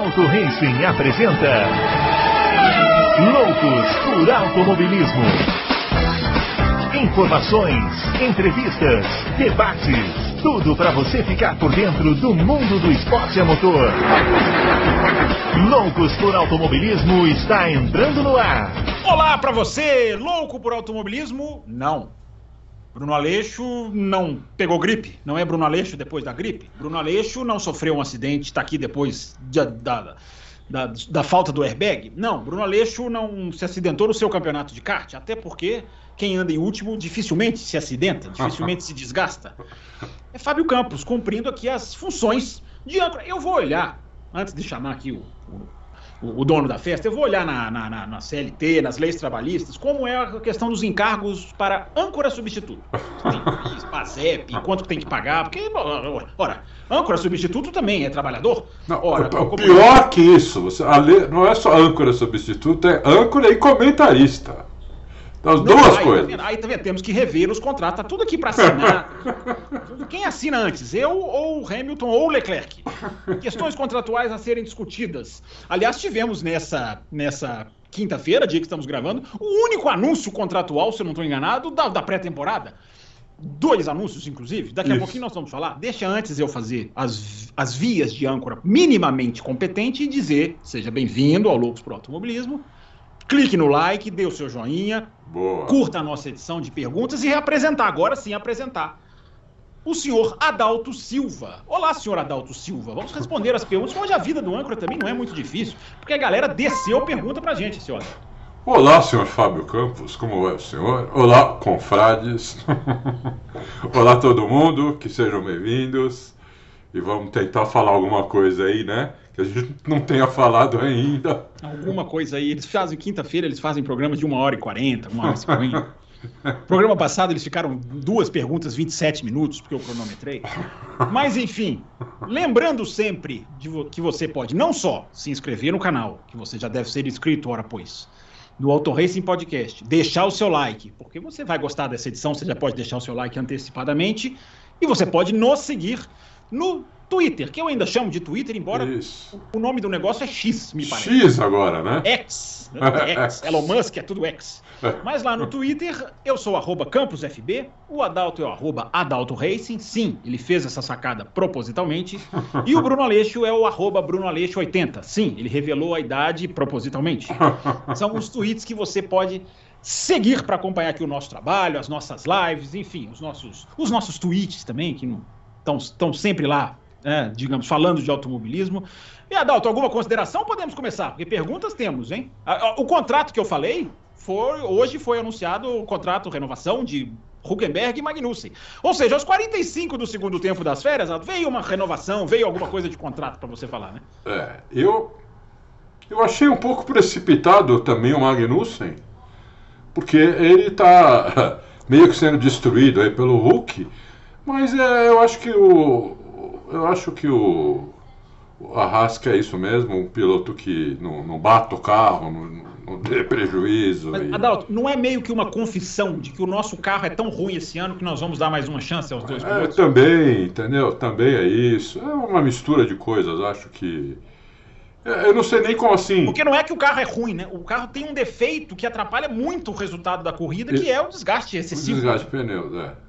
Adalto Racing apresenta Loucos por Automobilismo. Informações, entrevistas, debates, tudo para você ficar por dentro do mundo do esporte a motor. Loucos por Automobilismo está entrando no ar. Olá para você, louco por automobilismo? Não. Bruno Aleixo não pegou gripe, não é Bruno Aleixo depois da gripe. Bruno Aleixo não sofreu um acidente, está aqui depois da falta do airbag. Não, Bruno Aleixo não se acidentou no seu campeonato de kart, até porque quem anda em último dificilmente se acidenta, dificilmente se desgasta. É Fábio Campos, cumprindo aqui as funções de âncora. Eu vou olhar, antes de chamar aqui o dono da festa, eu vou olhar na CLT, nas leis trabalhistas, como é a questão dos encargos para âncora substituto. Tem PASEP, quanto tem que pagar, porque, ora, âncora substituto também é trabalhador. Não, ora, pior que isso, não é só âncora substituto, é âncora e comentarista. As duas coisas. Aí tá vendo, temos que rever os contratos, tá tudo aqui para assinar. Quem assina antes, eu ou o Hamilton ou o Leclerc? Questões contratuais a serem discutidas. Aliás, tivemos nessa quinta-feira, dia que estamos gravando, o único anúncio contratual, se eu não estou enganado, da pré-temporada. 2 anúncios, inclusive. Daqui a pouquinho nós vamos falar. Deixa antes eu fazer as vias de âncora minimamente competente e dizer, seja bem-vindo ao Loucos por Automobilismo. Clique no like, dê o seu joinha, boa. Curta a nossa edição de perguntas e reapresentar, agora sim apresentar, o senhor Adalto Silva. Olá, senhor Adalto Silva. Vamos responder as perguntas. Hoje a vida do âncora também não é muito difícil, porque a galera desceu pergunta pra gente, senhor. Olá, senhor Fábio Campos, como vai o senhor? Olá, confrades. Olá, todo mundo, que sejam bem-vindos. E vamos tentar falar alguma coisa aí, né? Que a gente não tenha falado ainda. Alguma coisa aí. Eles fazem, quinta-feira, eles fazem programas de 1h40, 1h50. Programa passado eles ficaram 2 perguntas, 27 minutos, porque eu cronometrei. Mas enfim, lembrando sempre que você pode não só se inscrever no canal, que você já deve ser inscrito, ora pois, do Auto Racing Podcast, deixar o seu like, porque você vai gostar dessa edição, você já pode deixar o seu like antecipadamente, e você pode nos seguir no Twitter, que eu ainda chamo de Twitter, embora o nome do negócio é X, me parece. X agora, né? X. Elon Musk é tudo X. Mas lá no Twitter, eu sou @CampusFB, o Adalto é o @Adalto Racing. Sim, ele fez essa sacada propositalmente. E o Bruno Aleixo é o @BrunoAleixo80. Sim, ele revelou a idade propositalmente. São os tweets que você pode seguir para acompanhar aqui o nosso trabalho, as nossas lives, enfim, os nossos tweets também, que estão sempre lá, digamos, falando de automobilismo. E, Adalto, alguma consideração? Podemos começar, porque perguntas temos, hein? O contrato que eu falei, hoje foi anunciado o contrato, renovação de Hülkenberg e Magnussen. Ou seja, aos 45 do segundo tempo das férias, veio uma renovação, veio alguma coisa de contrato para você falar, né? Eu achei um pouco precipitado também o Magnussen, porque ele está meio que sendo destruído aí pelo Hulk, mas eu acho que o Arrasca é isso mesmo, um piloto que não bata o carro, não dê prejuízo. Mas, Adalto, não é meio que uma confissão de que o nosso carro é tão ruim esse ano que nós vamos dar mais uma chance aos 2 pilotos? Também, entendeu? Também é isso. É uma mistura de coisas, acho que... Eu não sei nem como assim... Porque não é que o carro é ruim, né? O carro tem um defeito que atrapalha muito o resultado da corrida, que é o desgaste excessivo. O desgaste de pneus,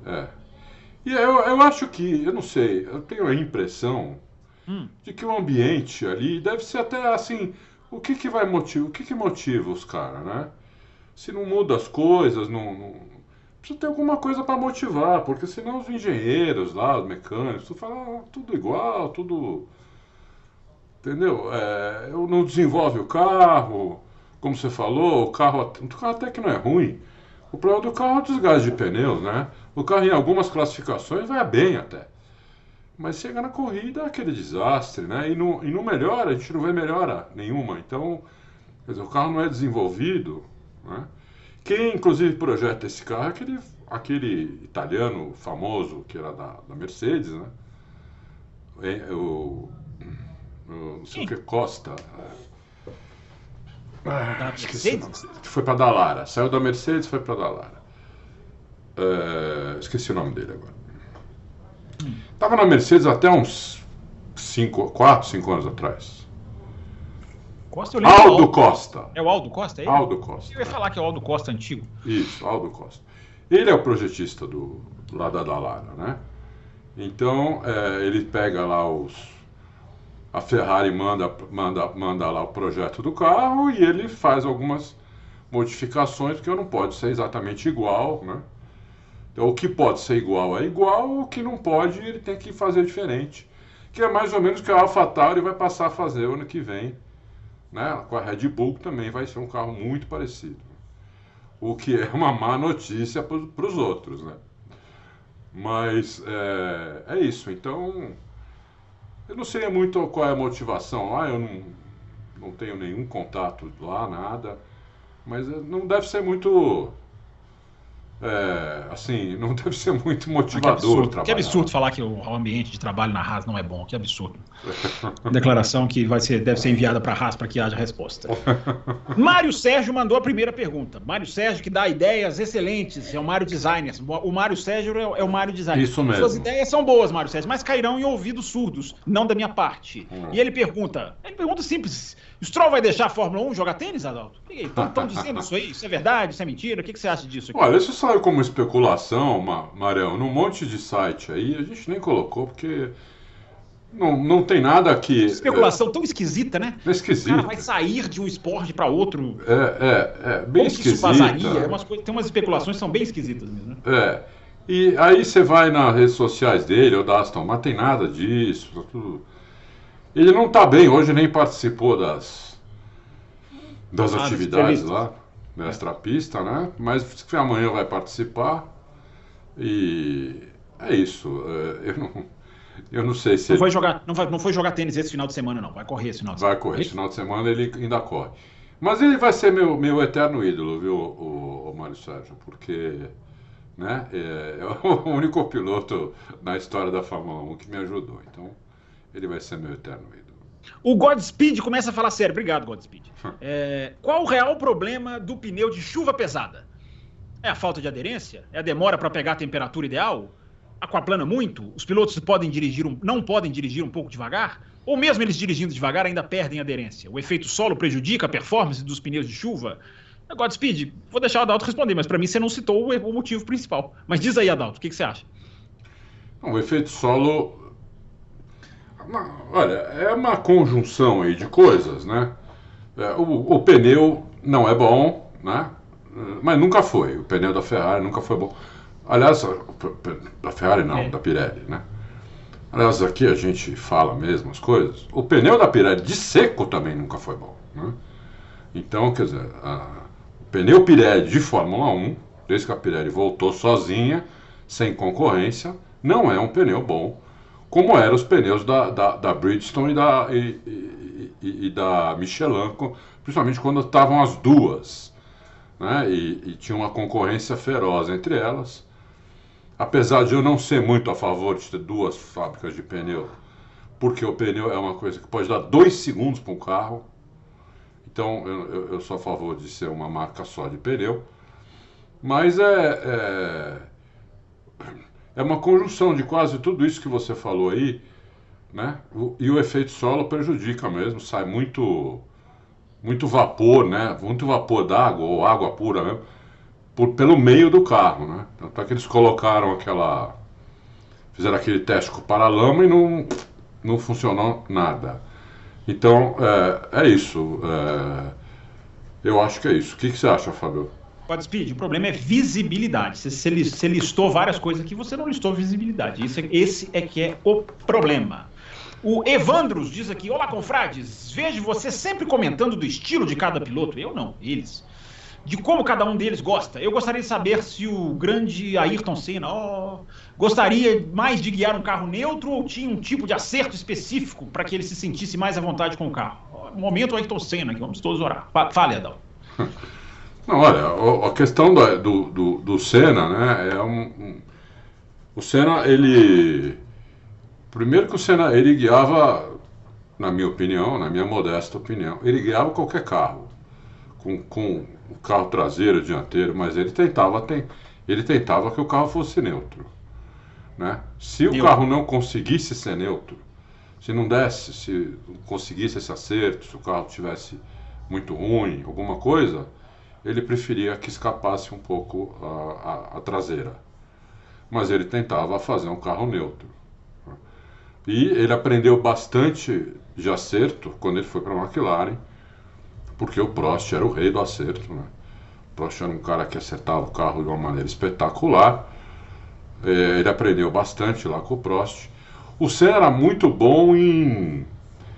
E eu acho que, eu não sei, eu tenho a impressão de que o ambiente ali deve ser até assim, o que motiva os caras, né? Se não muda as coisas, não precisa ter alguma coisa para motivar, porque senão os engenheiros lá, os mecânicos, tudo igual, tudo... Entendeu? Não desenvolve o carro, como você falou, o carro até que não é ruim. O problema do carro é o desgaste de pneus, né? O carro em algumas classificações vai bem até. Mas chega na corrida é aquele desastre, né? E não melhora, a gente não vê melhora nenhuma. Então, quer dizer, o carro não é desenvolvido, né? Quem, inclusive, projeta esse carro é aquele italiano famoso que era da Mercedes, né? Não sei o que, Costa. Esqueci. Foi para Dallara. Saiu da Mercedes, foi para Dallara. Esqueci o nome dele agora. Estava na Mercedes até uns 4, 5 anos atrás. Costa? Eu lembro Aldo Costa. É o Aldo Costa? É ele? Aldo Costa. Eu ia falar que é o Aldo Costa antigo. Isso, Aldo Costa. Ele é o projetista lá da Dallara, né? Então, ele pega lá a Ferrari manda lá o projeto do carro e ele faz algumas modificações, porque não pode ser exatamente igual, né? Então, o que pode ser igual é igual, o que não pode ele tem que fazer diferente. Que é mais ou menos o que a AlphaTauri vai passar a fazer ano que vem, né? Com a Red Bull também vai ser um carro muito parecido. O que é uma má notícia para os outros, né? Mas é isso. Então, eu não sei muito qual é a motivação lá, eu não tenho nenhum contato lá, nada. Mas não deve ser muito... assim, não deve ser muito motivador trabalhar. Que absurdo falar que o ambiente de trabalho na Haas não é bom, que absurdo. Declaração que deve ser enviada para a Haas para que haja resposta. Mário Sérgio mandou a primeira pergunta. Mário Sérgio, que dá ideias excelentes, é o Mário Designer. O Mário Sérgio é o Mário Designer. Isso mesmo. Suas ideias são boas, Mário Sérgio, mas cairão em ouvidos surdos, não da minha parte. E ele pergunta simples, Stroll vai deixar a Fórmula 1 jogar tênis, Adalto? Estão dizendo isso aí? Isso é verdade? Isso é mentira? O que você acha disso aqui? Olha, isso saiu como especulação, Marião, num monte de site aí, a gente nem colocou, porque não tem nada que... Especulação tão esquisita, né? Esquisita. O cara vai sair de um esporte para outro. Bem esquisita. Isso vazaria? Tem umas especulações que são bem esquisitas mesmo, né? E aí você vai nas redes sociais dele, ou da Aston Martin, tem nada disso, tá tudo... Ele não está bem, hoje nem participou das atividades lá, da extrapista, né? Mas amanhã vai participar e é isso. Eu não sei se... Não foi jogar tênis esse final de semana, não. Vai correr esse final de semana. Vai correr, esse final de semana ele ainda corre. Mas ele vai ser meu eterno ídolo, viu, o Mário Sérgio, porque... né, é o único piloto na história da Fórmula 1 que me ajudou, então... ele vai ser meu eterno ídolo. O Godspeed começa a falar sério. Obrigado, Godspeed. Qual o real problema do pneu de chuva pesada? É a falta de aderência? É a demora para pegar a temperatura ideal? Aquaplana muito? Os pilotos não podem dirigir um pouco devagar? Ou mesmo eles dirigindo devagar ainda perdem aderência? O efeito solo prejudica a performance dos pneus de chuva? Godspeed, vou deixar o Adalto responder, mas para mim você não citou o motivo principal. Mas diz aí, Adalto, o que você acha? O efeito solo... olha, é uma conjunção aí de coisas, né? O pneu não é bom, né? Mas nunca foi. O pneu da Ferrari nunca foi bom. Aliás, da Ferrari não, da Pirelli, né? Aliás, aqui a gente fala mesmo as coisas. O pneu da Pirelli de seco também nunca foi bom, né? Então, quer dizer, o pneu Pirelli de Fórmula 1, desde que a Pirelli voltou sozinha, sem concorrência, não é um pneu bom, como eram os pneus da Bridgestone e da Michelin, principalmente quando estavam as duas, né? E tinha uma concorrência feroz entre elas. Apesar de eu não ser muito a favor de ter duas fábricas de pneu, porque o pneu é uma coisa que pode dar 2 segundos para um carro. Então eu sou a favor de ser uma marca só de pneu. Mas é uma conjunção de quase tudo isso que você falou aí, né? E o efeito solo prejudica mesmo, sai muito vapor, né? Muito vapor d'água, ou água pura mesmo, pelo meio do carro, né? Tanto é que eles colocaram fizeram aquele teste com paralama e não funcionou nada. Então, é isso. Eu acho que é isso. O que você acha, Fábio? Godspeed, o problema é visibilidade. Você listou várias coisas aqui, você não listou visibilidade. Esse é que é o problema. O Evandros diz aqui: olá, confrades, vejo você sempre comentando do estilo de cada piloto. Eu não, eles. De como cada um deles gosta. Eu gostaria de saber se o grande Ayrton Senna gostaria mais de guiar um carro neutro ou tinha um tipo de acerto específico para que ele se sentisse mais à vontade com o carro. Momento Ayrton Senna, que vamos todos orar. Fale, Adão. Não, olha, a questão do Senna, né, o Senna, ele... Primeiro que o Senna, ele guiava, na minha opinião, na minha modesta opinião, ele guiava qualquer carro, com o carro traseiro, dianteiro, mas ele tentava que o carro fosse neutro, né? Se o carro não conseguisse ser neutro, se não conseguisse esse acerto, se o carro tivesse muito ruim, alguma coisa, ele preferia que escapasse um pouco a traseira. Mas ele tentava fazer um carro neutro. E ele aprendeu bastante de acerto quando ele foi para a McLaren, porque o Prost era o rei do acerto, né? O Prost era um cara que acertava o carro de uma maneira espetacular. Ele aprendeu bastante lá com o Prost. O Senna era muito bom em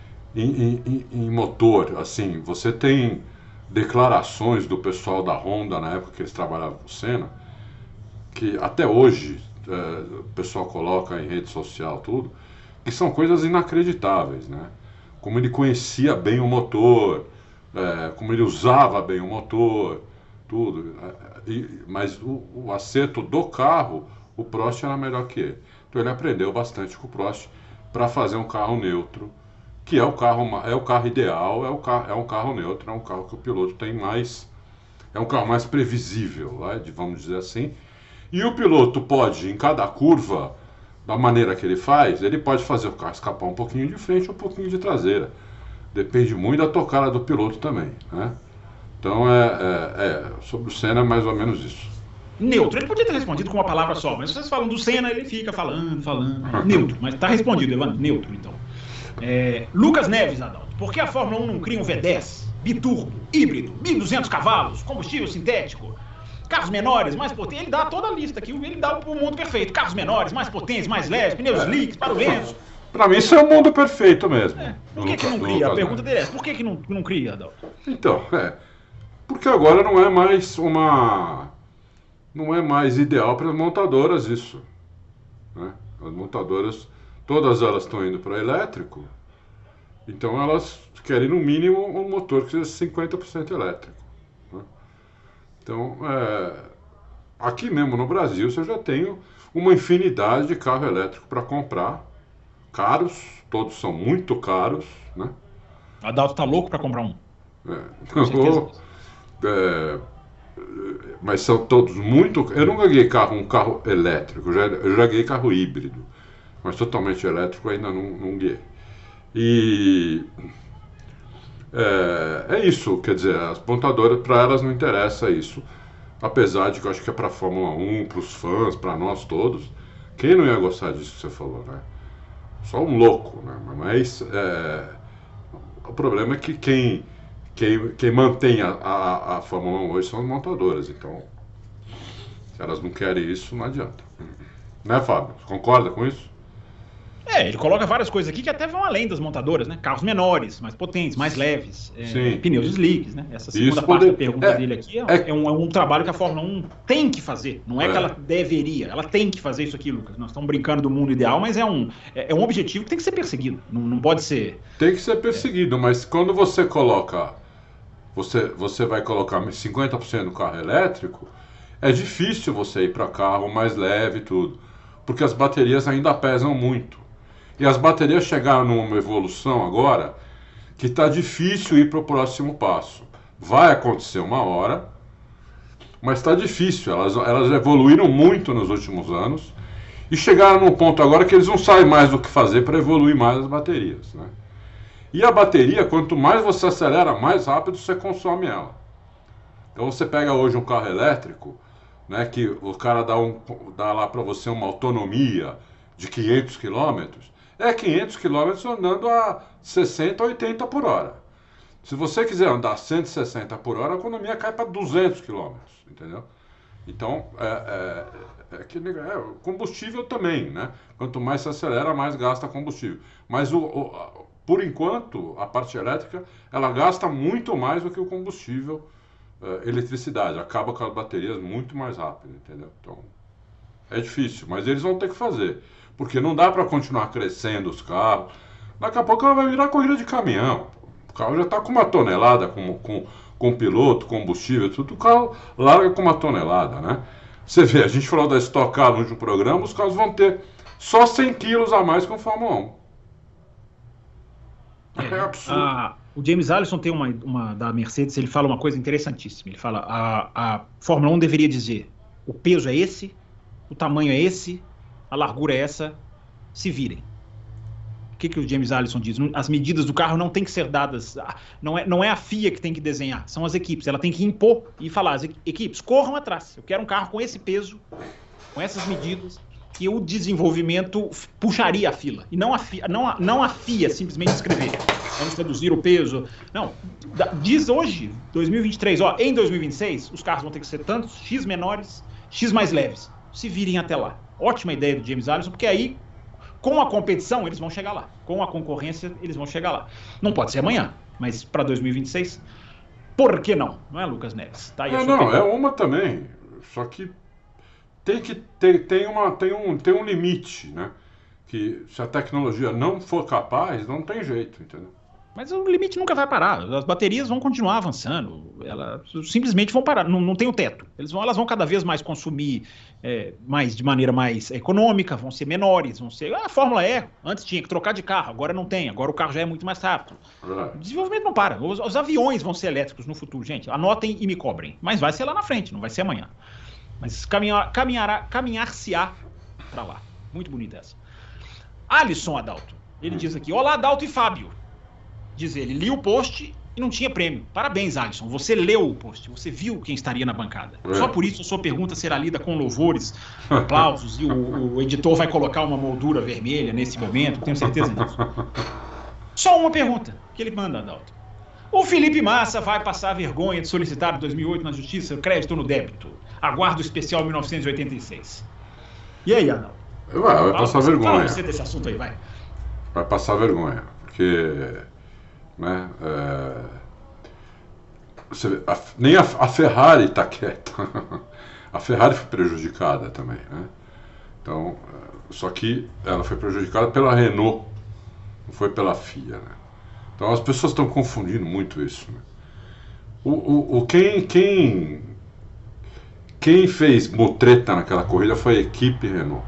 motor. Assim, você tem declarações do pessoal da Honda na época que eles trabalhavam com o Senna, que até hoje o pessoal coloca em rede social tudo, que são coisas inacreditáveis, né? Como ele conhecia bem o motor, como ele usava bem o motor, tudo. Mas o acerto do carro, o Prost era melhor que ele. Então ele aprendeu bastante com o Prost para fazer um carro neutro, que é o carro ideal, é um carro neutro, é um carro que o piloto tem mais, é um carro mais previsível, vamos dizer assim. E o piloto pode, em cada curva, da maneira que ele faz, ele pode fazer o carro escapar um pouquinho de frente ou um pouquinho de traseira. Depende muito da tocada do piloto também, né? Então, sobre o Senna é mais ou menos isso. Neutro. Ele podia ter respondido com uma palavra só, mas vocês falam do Senna, ele fica falando. Neutro. Mas tá respondido, Evandro. Neutro, então. Lucas Neves, Adalto. Por que a Fórmula 1 não cria um V10, biturbo, híbrido, 1.200 cavalos, combustível sintético, carros menores, mais potentes? Ele dá toda a lista aqui, ele dá o mundo perfeito. Carros menores, mais potentes, mais leves, pneus slicks, barulhentos. Pra mim isso é o mundo perfeito mesmo. Por que não cria? A pergunta dele é essa. Por que não cria, Adalto? Então, porque agora não é mais ideal para as montadoras isso, né? As montadoras, todas elas estão indo para elétrico, então elas querem no mínimo um motor que seja 50% elétrico, né? Então, aqui mesmo no Brasil você já tem uma infinidade de carro elétrico para comprar, caros, todos são muito caros, né? Adalto tá louco para comprar um. Mas são todos muito. Eu nunca ganhei um carro elétrico, eu já ganhei carro híbrido, mas totalmente elétrico ainda não ganhei. E é isso, quer dizer, as montadoras, para elas não interessa isso, apesar de que eu acho que é para a Fórmula 1, para os fãs, para nós todos. Quem não ia gostar disso que você falou, né? Só um louco, né? Mas o problema é que quem mantém a Fórmula 1 hoje são as montadoras, então se elas não querem isso, não adianta. Né, Fábio? Você concorda com isso? Ele coloca várias coisas aqui que até vão além das montadoras, né? Carros menores, mais potentes, mais leves, pneus slicks, né? Essa segunda parte da pergunta dele aqui é um trabalho que a Fórmula 1 tem que fazer, não é que ela deveria, ela tem que fazer isso aqui, Lucas. Nós estamos brincando do mundo ideal, mas é um objetivo que tem que ser perseguido, não pode ser... Tem que ser perseguido, mas quando você coloca... Você vai colocar 50% no carro elétrico, é difícil você ir para carro mais leve e tudo, porque as baterias ainda pesam muito. E as baterias chegaram numa evolução agora que está difícil ir para o próximo passo. Vai acontecer uma hora, mas está difícil. Elas evoluíram muito nos últimos anos e chegaram num ponto agora que eles não sabem mais o que fazer para evoluir mais as baterias, né? E a bateria, quanto mais você acelera, mais rápido você consome ela. Então você pega hoje um carro elétrico, né, que o cara dá lá para você uma autonomia de 500 km, 500 km andando a 60, 80 por hora. Se você quiser andar a 160 por hora, a economia cai para 200 km, entendeu? Então, o combustível também, né? Quanto mais se acelera, mais gasta combustível. Mas por enquanto, a parte elétrica, ela gasta muito mais do que o combustível, eletricidade. Acaba com as baterias muito mais rápido, entendeu? Então, é difícil, mas eles vão ter que fazer. Porque não dá para continuar crescendo os carros. Daqui a pouco ela vai virar corrida de caminhão. O carro já está com uma tonelada, com piloto, combustível, tudo. O carro larga com uma tonelada, né? Você vê, a gente falou da Stock Car no último programa, os carros vão ter só 100 quilos a mais que o Fórmula 1. É absurdo. O James Allison tem uma da Mercedes, ele fala uma coisa interessantíssima. Ele fala, a Fórmula 1 deveria dizer, o peso é esse, o tamanho é esse, a largura é essa, se virem. O que o James Allison diz? As medidas do carro não têm que ser dadas, não é a FIA que tem que desenhar, são as equipes. Ela tem que impor e falar, as equipes, corram atrás. Eu quero um carro com esse peso, com essas medidas, que o desenvolvimento puxaria a fila. E não a FIA simplesmente escrever. Vamos reduzir o peso. Não, diz hoje, 2023, em 2026, os carros vão ter que ser tantos, X menores, X mais leves. Se virem até lá. Ótima ideia do James Allison, porque aí, com a competição, eles vão chegar lá. Com a concorrência, eles vão chegar lá. Não pode ser amanhã, mas para 2026, por que não? Não é, Lucas Neves? Tá aí é uma também. Só que tem um limite, né? Que se a tecnologia não for capaz, não tem jeito, entendeu? Mas o limite nunca vai parar. As baterias vão continuar avançando. Elas simplesmente vão parar. Não tem o teto. Elas vão cada vez mais consumir de maneira mais econômica, vão ser menores, vão ser... A Fórmula E, antes tinha que trocar de carro, agora não tem. Agora o carro já é muito mais rápido. O desenvolvimento não para. Os aviões vão ser elétricos no futuro, gente. Anotem e me cobrem. Mas vai ser lá na frente, não vai ser amanhã. Mas caminhar-se-á para lá. Muito bonita essa. Alisson Adalto. Ele diz aqui, olá Adalto e Fábio. Diz ele, li o post e não tinha prêmio. Parabéns, Alisson. Você leu o post, você viu quem estaria na bancada. Só por isso a sua pergunta será lida com louvores, aplausos, e o editor vai colocar uma moldura vermelha nesse momento, tenho certeza disso. Só uma pergunta que ele manda, Adalto. O Felipe Massa vai passar vergonha de solicitar em 2008 na Justiça crédito no débito. Aguardo especial 1986. E aí, Adalto? Vai passar vergonha. Fala você desse assunto aí, vai. Vai passar vergonha, porque... Né? Você vê, nem a Ferrari está quieta. A Ferrari foi prejudicada também, né? Então, só que ela foi prejudicada pela Renault, não foi pela FIA, né? Então as pessoas estão confundindo muito isso, né? Quem fez mutreta naquela corrida foi a equipe Renault,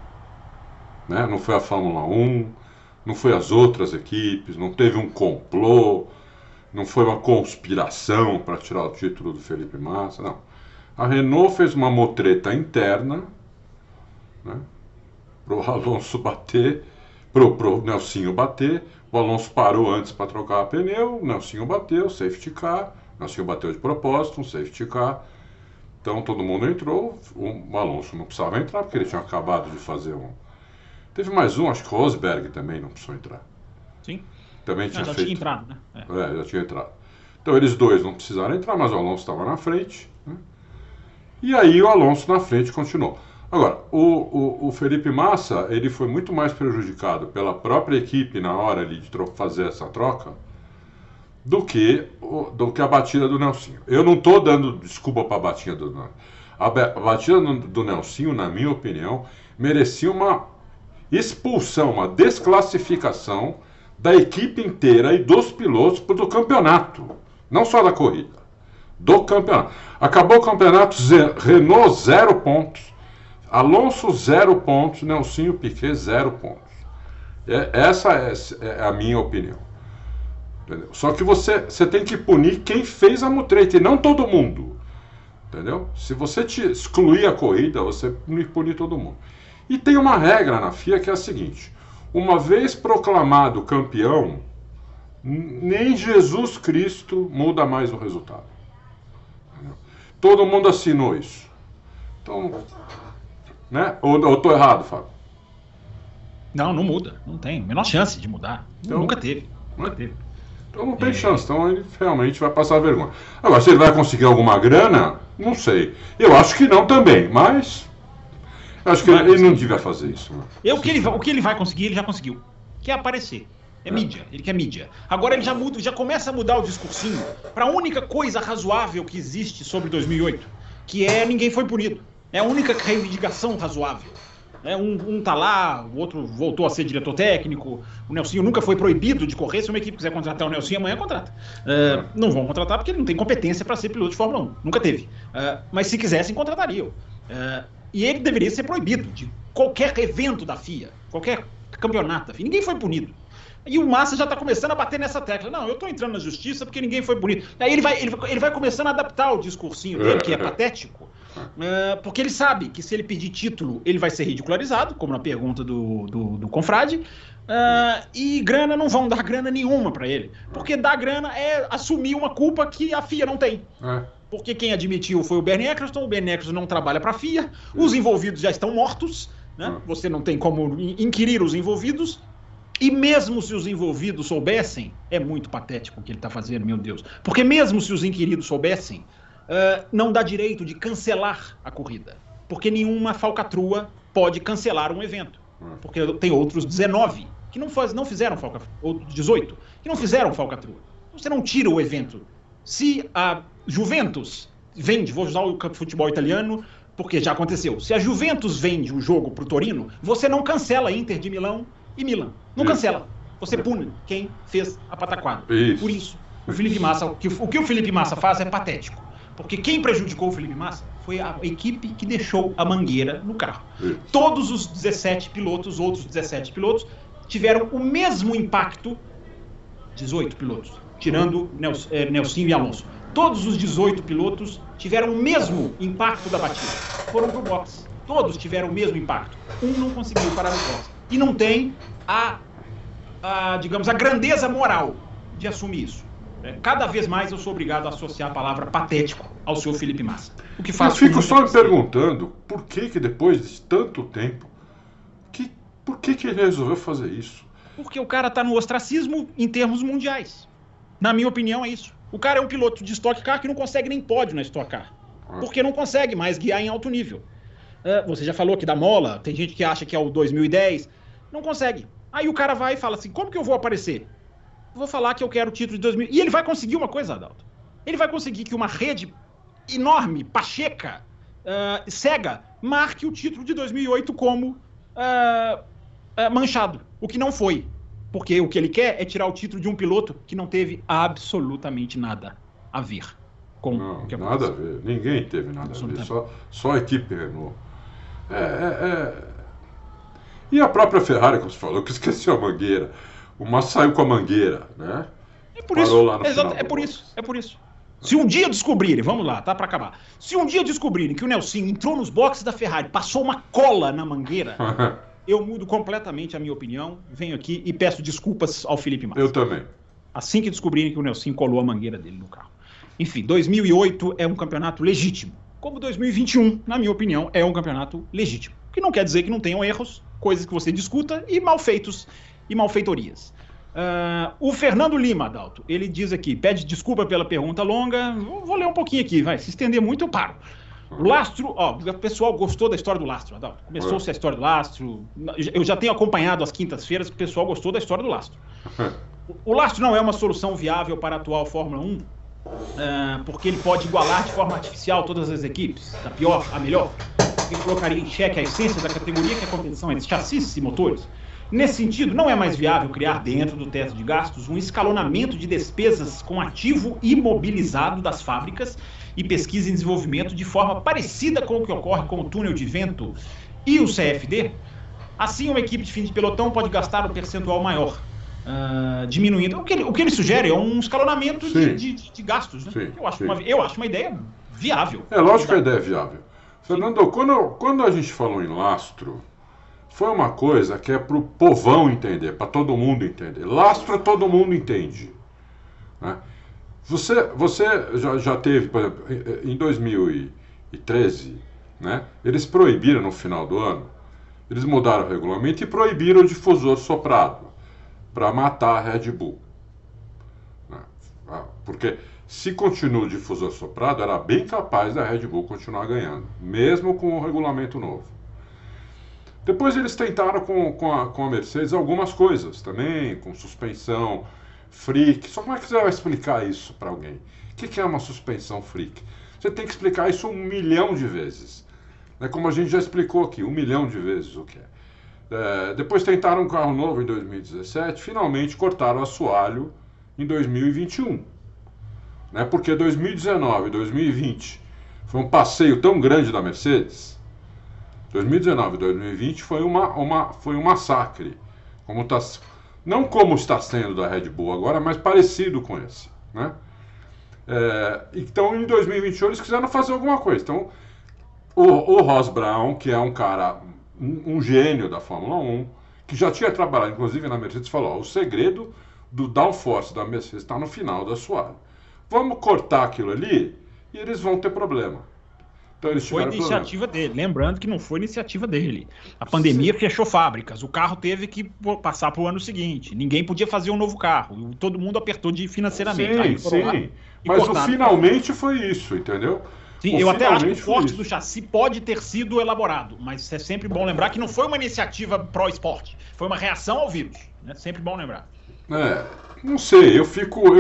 né? Não foi a Fórmula 1, não foi as outras equipes, não teve um complô, não foi uma conspiração para tirar o título do Felipe Massa, não. A Renault fez uma mutreta interna, né, pro Alonso bater, pro Nelsinho bater, o Alonso parou antes para trocar pneu, o Nelsinho bateu, safety car, o Nelsinho bateu de propósito, um safety car, então todo mundo entrou, o Alonso não precisava entrar porque ele tinha acabado de fazer um... Teve mais um, acho que o Rosberg também não precisou entrar. Sim. Também tinha feito... tinha entrado, né? Já tinha entrado. Então eles dois não precisaram entrar, mas o Alonso estava na frente, né? E aí o Alonso na frente continuou. Agora, o Felipe Massa, ele foi muito mais prejudicado pela própria equipe na hora ali de fazer essa troca do que a batida do Nelsinho. Eu não estou dando desculpa para a batida do Nelsinho. A batida do Nelsinho, na minha opinião, merecia uma expulsão, uma desclassificação da equipe inteira e dos pilotos do campeonato, não só da corrida, do campeonato. Acabou o campeonato, Renault 0 pontos, Alonso 0 pontos, Nelsinho Piquet 0 pontos. Essa é a minha opinião. Entendeu? Só que você tem que punir quem fez a mutreta e não todo mundo. Entendeu? Se você excluir a corrida, você punir todo mundo. E tem uma regra na FIA que é a seguinte: uma vez proclamado campeão, nem Jesus Cristo muda mais o resultado. Entendeu? Todo mundo assinou isso. Então, né? Ou estou errado, Fábio? Não muda. Não tem a menor chance de mudar. Então, nunca teve. Então não tem chance. Então ele realmente vai passar vergonha. Agora, se ele vai conseguir alguma grana, não sei. Eu acho que não também, mas... Acho que ele não devia fazer isso. Né? O que ele vai conseguir, ele já conseguiu. Que é aparecer. Mídia. Ele quer mídia. Agora ele já começa a mudar o discursinho para a única coisa razoável que existe sobre 2008, que é ninguém foi punido. É a única reivindicação razoável. Um tá lá, o outro voltou a ser diretor técnico, o Nelsinho nunca foi proibido de correr. Se uma equipe quiser contratar o Nelsinho, amanhã contrata. Não vão contratar porque ele não tem competência para ser piloto de Fórmula 1. Nunca teve. Mas se quisessem, contratariam. E ele deveria ser proibido de qualquer evento da FIA, qualquer campeonato da FIA. Ninguém foi punido. E o Massa já está começando a bater nessa tecla. Não, eu estou entrando na justiça porque ninguém foi punido. Aí ele vai começando a adaptar o discursinho dele, que é patético, Porque ele sabe que se ele pedir título, ele vai ser ridicularizado, como na pergunta do confrade, e grana não vão dar grana nenhuma para ele. Porque dar grana é assumir uma culpa que a FIA não tem. Porque quem admitiu foi o Bernie Ecclestone, o Bernie Ecclestone não trabalha para a FIA, os envolvidos já estão mortos, né? Você não tem como inquirir os envolvidos, e mesmo se os envolvidos soubessem, é muito patético o que ele está fazendo, meu Deus. Porque mesmo se os inquiridos soubessem, não dá direito de cancelar a corrida. Porque nenhuma falcatrua pode cancelar um evento. Porque tem outros 19 que não fizeram falcatrua, ou 18 que não fizeram falcatrua. Você não tira o evento. Se a Juventus vende, vou usar o futebol italiano, porque já aconteceu. Se a Juventus vende o jogo para o Torino, você não cancela Inter de Milão e Milan. Não cancela. Você pune quem fez a pataquada. Por isso, o Felipe Massa, o que o Felipe Massa faz é patético. Porque quem prejudicou o Felipe Massa foi a equipe que deixou a mangueira no carro. Todos os 17 pilotos, outros 17 pilotos, tiveram o mesmo impacto, 18 pilotos, tirando Nelsinho e Alonso. Todos os 18 pilotos tiveram o mesmo impacto da batida. Foram pro boxe. Todos tiveram o mesmo impacto. Um não conseguiu parar no boxe. E não tem digamos, a grandeza moral de assumir isso. Cada vez mais eu sou obrigado a associar a palavra patético ao senhor Felipe Massa. O que faz. Eu fico só me perguntando por que depois de tanto tempo, por que ele resolveu fazer isso? Porque o cara tá no ostracismo em termos mundiais. Na minha opinião é isso. O cara é um piloto de Stock Car que não consegue nem pódio na Stock Car. Porque não consegue mais guiar em alto nível. Você já falou que da mola, tem gente que acha que é o 2010. Não consegue. Aí o cara vai e fala assim, como que eu vou aparecer? Vou falar que eu quero o título de 2000. E ele vai conseguir uma coisa, Adalto. Ele vai conseguir que uma rede enorme, pacheca, cega, marque o título de 2008 como manchado. O que não foi. Porque o que ele quer é tirar o título de um piloto que não teve absolutamente nada a ver com o que aconteceu. Nada a ver. Ninguém teve nada a ver. Só a equipe Renault. E a própria Ferrari, como você falou, que esqueceu a mangueira. O Massa saiu com a mangueira, né? É por isso. É por isso. Se um dia descobrirem, vamos lá, tá, para acabar. Se um dia descobrirem que o Nelson entrou nos boxes da Ferrari, passou uma cola na mangueira, eu mudo completamente a minha opinião, venho aqui e peço desculpas ao Felipe Massa. Eu também. Assim que descobrirem que o Nelson colou a mangueira dele no carro. Enfim, 2008 é um campeonato legítimo. Como 2021, na minha opinião, é um campeonato legítimo. O que não quer dizer que não tenham erros, coisas que você discuta e malfeitos e malfeitorias. O Fernando Lima, Adalto, ele diz aqui, pede desculpa pela pergunta longa, vou ler um pouquinho aqui, vai, se estender muito eu paro. O Lastro, o pessoal gostou da história do Lastro, Adalto, começou-se a história do Lastro, eu já tenho acompanhado as quintas-feiras, o pessoal gostou da história do Lastro. O Lastro não é uma solução viável para a atual Fórmula 1, porque ele pode igualar de forma artificial todas as equipes, da pior à melhor, ele colocaria em xeque a essência da categoria, que é a competição entre chassis e motores. Nesse sentido, não é mais viável criar dentro do teto de gastos um escalonamento de despesas com ativo imobilizado das fábricas e pesquisa e desenvolvimento de forma parecida com o que ocorre com o túnel de vento e o CFD? Assim, uma equipe de fim de pelotão pode gastar um percentual maior, diminuindo. O que ele sugere é um escalonamento de gastos. Né? Eu acho uma ideia viável. É lógico que a ideia é viável. Fernando, quando a gente falou em lastro, foi uma coisa que é para o povão entender, para todo mundo entender. Lastro todo mundo entende. Né? Você já teve, por exemplo, em 2013, né, eles proibiram no final do ano, eles mudaram o regulamento e proibiram o difusor soprado para matar a Red Bull. Né? Porque se continua o difusor soprado, era bem capaz da Red Bull continuar ganhando, mesmo com o regulamento novo. Depois eles tentaram com a Mercedes algumas coisas também, com suspensão freak. Só como é que você vai explicar isso para alguém? O que é uma suspensão freak? Você tem que explicar isso 1 milhão de vezes. Né? Como a gente já explicou aqui, 1 milhão de vezes o que é. Depois tentaram um carro novo em 2017, finalmente cortaram o assoalho em 2021. Né? Porque 2019 e 2020 foi um passeio tão grande da Mercedes. 2019 e 2020 foi um massacre. Não como está sendo da Red Bull agora, mas parecido com esse. Né? Então, em 2021, eles quiseram fazer alguma coisa. Então, o Ross Brown, que é um cara, um gênio da Fórmula 1, que já tinha trabalhado, inclusive, na Mercedes, falou, ó, o segredo do downforce da Mercedes está no final do assoalho. Vamos cortar aquilo ali e eles vão ter problema. Então, eles foi iniciativa dele. Lembrando que não foi iniciativa dele. A pandemia fechou fábricas. O carro teve que passar para o ano seguinte. Ninguém podia fazer um novo carro. Todo mundo apertou financeiramente. Sim. Mas o finalmente foi isso, entendeu? Sim, eu até acho que o forte do chassi pode ter sido elaborado, mas é sempre bom lembrar que não foi uma iniciativa pró-esporte, foi uma reação ao vírus, né? Sempre bom lembrar. Não sei, eu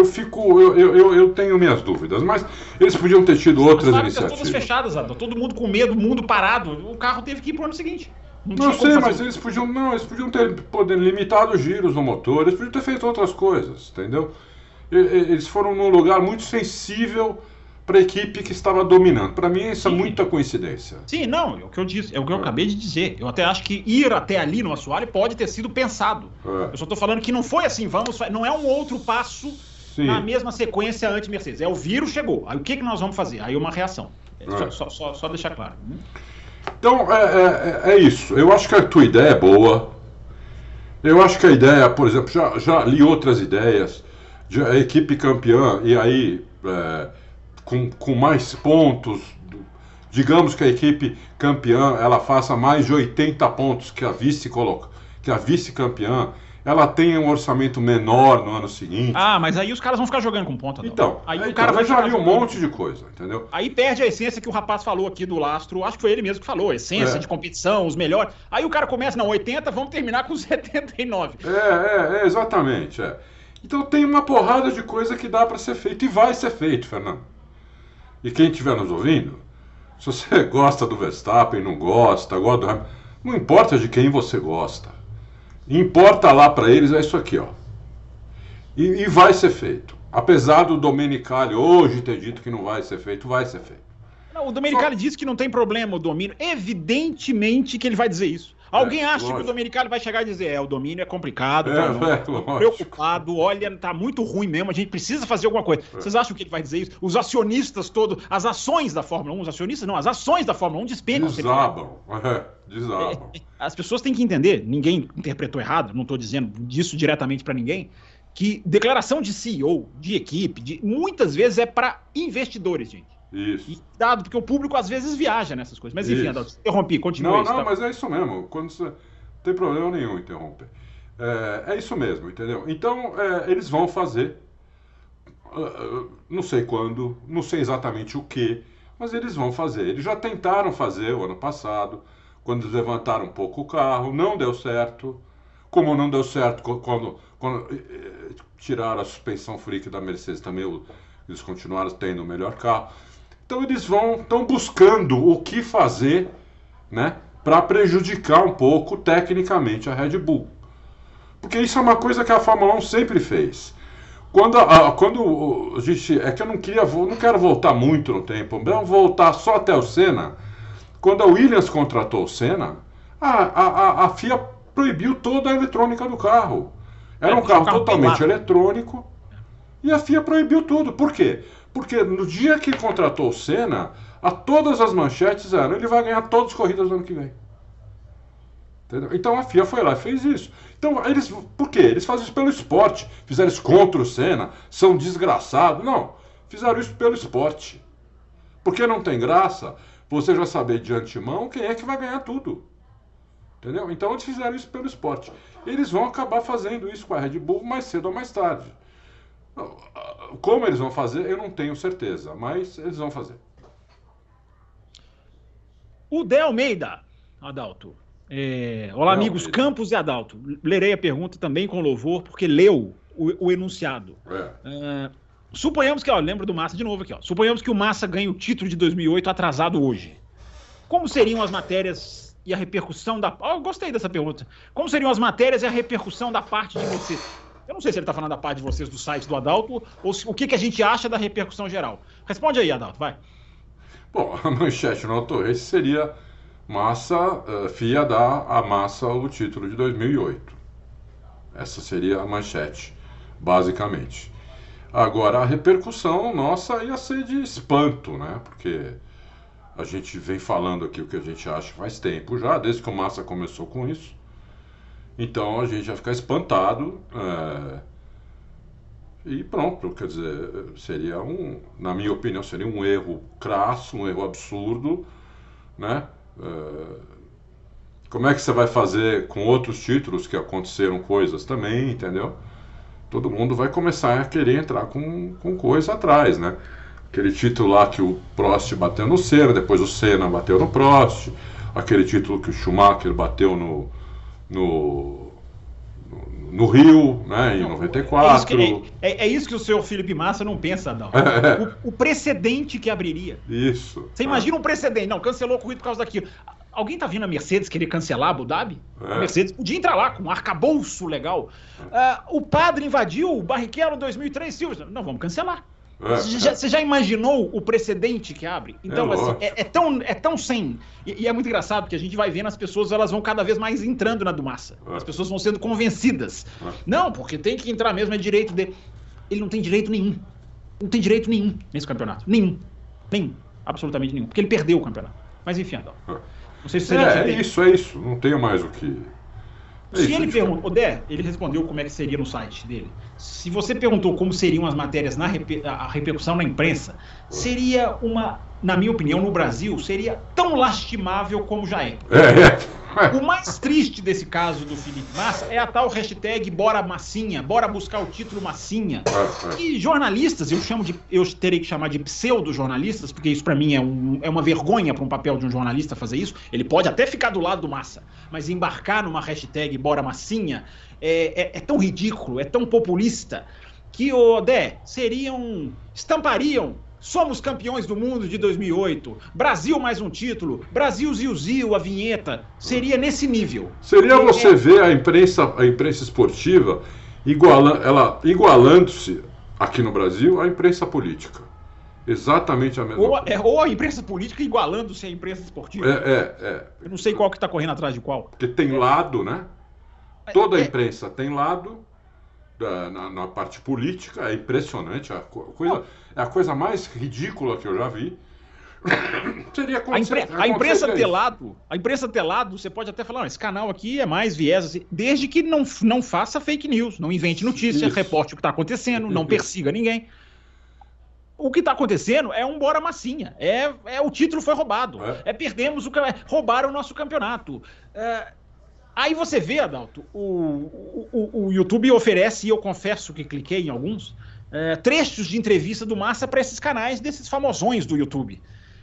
tenho minhas dúvidas, mas eles podiam ter tido outras iniciativas. Todas fechadas, Adão, todo mundo com medo, o mundo parado, o carro teve que ir pro ano seguinte. Não sei, mas eles podiam ter limitado os giros no motor, eles podiam ter feito outras coisas, entendeu? Eles foram num lugar muito sensível para a equipe que estava dominando. Para mim, isso é muita coincidência. Sim, não, é o que eu disse, é o que eu acabei de dizer. Eu até acho que ir até ali no assoalho pode ter sido pensado. Eu só estou falando que não foi assim, não é um outro passo na mesma sequência anti-Mercedes. O vírus chegou, aí o que nós vamos fazer? Aí uma reação. Só deixar claro. Então, é isso. Eu acho que a tua ideia é boa. Eu acho que a ideia, por exemplo, já li outras ideias. A equipe campeã, e aí... Com mais pontos, digamos que a equipe campeã ela faça mais de 80 pontos que a vice-campeã, ela tenha um orçamento menor no ano seguinte. Mas aí os caras vão ficar jogando com ponta. Então, o cara vai já ali um monte de coisa, entendeu? Aí perde a essência que o rapaz falou aqui do lastro, acho que foi ele mesmo que falou, essência de competição, os melhores. Aí o cara começa, 80, vamos terminar com 79. Exatamente. Então tem uma porrada de coisa que dá para ser feito e vai ser feito, Fernando. E quem estiver nos ouvindo, se você gosta do Verstappen, não gosta do Hamilton, não importa de quem você gosta. Importa lá para eles é isso aqui, ó. E vai ser feito. Apesar do Domenicali hoje ter dito que não vai ser feito, vai ser feito. Não, o Domenicali disse que não tem problema o domínio. Evidentemente que ele vai dizer isso. Alguém acha que o Domenicali vai chegar e dizer, o domínio é complicado, tô preocupado, olha, tá muito ruim mesmo, a gente precisa fazer alguma coisa. Vocês acham que ele vai dizer isso? Os acionistas todos, as ações da Fórmula 1, os acionistas não, as ações da Fórmula 1 despencam. Desabam. As pessoas têm que entender, ninguém interpretou errado, não estou dizendo disso diretamente para ninguém, que declaração de CEO, de equipe, muitas vezes é para investidores, gente. Isso. E dado, porque o público às vezes viaja nessas coisas. Mas enfim, Adalto, interrompi, continua. Não, mas é isso mesmo. Quando você... Não tem problema nenhum interromper. É isso mesmo, entendeu? Então, eles vão fazer. Não sei quando, não sei exatamente o que, mas eles vão fazer. Eles já tentaram fazer o ano passado, quando eles levantaram um pouco o carro, não deu certo. Como não deu certo quando tiraram a suspensão freak da Mercedes também, eles continuaram tendo o melhor carro. Então eles estão buscando o que fazer, né, para prejudicar um pouco tecnicamente a Red Bull. Porque isso é uma coisa que a Fórmula 1 sempre fez. Quando a gente... É que eu não quero voltar muito no tempo, vamos voltar só até o Senna. Quando a Williams contratou o Senna, a FIA proibiu toda a eletrônica do carro. Era um carro totalmente eletrônico e a FIA proibiu tudo. Por quê? Porque no dia que contratou o Senna, todas as manchetes eram: ele vai ganhar todas as corridas do ano que vem. Entendeu? Então a FIA foi lá e fez isso. Então, por quê? Eles fazem isso pelo esporte. Fizeram isso contra o Senna, são desgraçados. Não, fizeram isso pelo esporte. Porque não tem graça você já saber de antemão quem é que vai ganhar tudo. Entendeu? Então eles fizeram isso pelo esporte. Eles vão acabar fazendo isso com a Red Bull mais cedo ou mais tarde. Como eles vão fazer, eu não tenho certeza, mas eles vão fazer. O De Almeida, Adalto. Olá, amigos Campos e Adalto. Lerei a pergunta também com louvor, porque leu o enunciado. Suponhamos que, lembro do Massa de novo aqui, suponhamos que o Massa ganhe o título de 2008 atrasado hoje. Como seriam as matérias e a repercussão da... eu gostei dessa pergunta. Como seriam as matérias e a repercussão da parte de vocês? Eu não sei se ele está falando da parte de vocês do site do Adalto ou o que a gente acha da repercussão geral. Responde aí, Adalto, vai. Bom, a manchete no Auto Race seria FIA dá a Massa o título de 2008. Essa seria a manchete, basicamente. Agora, a repercussão nossa ia ser de espanto, né? Porque A gente vem falando aqui o que a gente acha faz tempo já, desde que o Massa começou com isso. Então a gente vai ficar espantado. E pronto, quer dizer, seria na minha opinião, seria um erro crasso, um erro absurdo, né? Como é que você vai fazer com outros títulos que aconteceram coisas também, entendeu? Todo mundo vai começar a querer entrar com coisa atrás, né? Aquele título lá que o Prost bateu no Senna, depois o Senna bateu no Prost, aquele título que o Schumacher bateu no Rio, né, em 94. É isso que o senhor Felipe Massa não pensa, não. O precedente que abriria. Isso. Você imagina um precedente. Não, cancelou a corrida por causa daquilo. Alguém tá vendo a Mercedes querer cancelar Abu Dhabi? A Mercedes podia entrar lá com um arcabouço legal. O padre invadiu o Barrichello 2003, Silvio. Não, vamos cancelar. Você já imaginou o precedente que abre? Então, assim, é tão sem... E é muito engraçado, porque a gente vai vendo as pessoas, elas vão cada vez mais entrando na do Massa. As pessoas vão sendo convencidas. Não, porque tem que entrar mesmo, é direito dele. Ele não tem direito nenhum. Não tem direito nenhum nesse campeonato. Nenhum. Absolutamente nenhum. Porque ele perdeu o campeonato. Mas enfim, Adão. Não sei se você já é isso. Não tenho mais o que... Se ele perguntou, ele respondeu como é que seria no site dele. Se você perguntou como seriam as matérias a repercussão na imprensa, seria na minha opinião, no Brasil, seria tão lastimável como já é. O mais triste desse caso do Felipe Massa é a tal hashtag Bora Massinha, bora buscar o título Massinha. E jornalistas, eu terei que chamar de pseudo-jornalistas, porque isso pra mim é uma vergonha para um papel de um jornalista fazer isso. Ele pode até ficar do lado do Massa, mas embarcar numa hashtag Bora Massinha é tão ridículo, é tão populista, que, estampariam: somos campeões do mundo de 2008, Brasil mais um título, Brasil Ziu, a vinheta, seria nesse nível. Seria você ver a imprensa esportiva igualando-se aqui no Brasil à imprensa política. Exatamente a mesma coisa. Ou a imprensa política igualando-se à imprensa esportiva. Eu não sei qual que está correndo atrás de qual. Porque tem lado, né? Toda a imprensa tem lado. Na parte política, é impressionante. É a coisa mais ridícula que eu já vi. Seria a imprensa ter lado, você pode até falar: esse canal aqui é mais viés, assim, desde que não faça fake news, não invente notícia, reporte o que está acontecendo, não persiga ninguém. O que está acontecendo é um bora massinha. O título foi roubado. Perdemos roubaram o nosso campeonato. Aí você vê, Adalto, o YouTube oferece, e eu confesso que cliquei em alguns, trechos de entrevista do Massa para esses canais desses famosões do YouTube.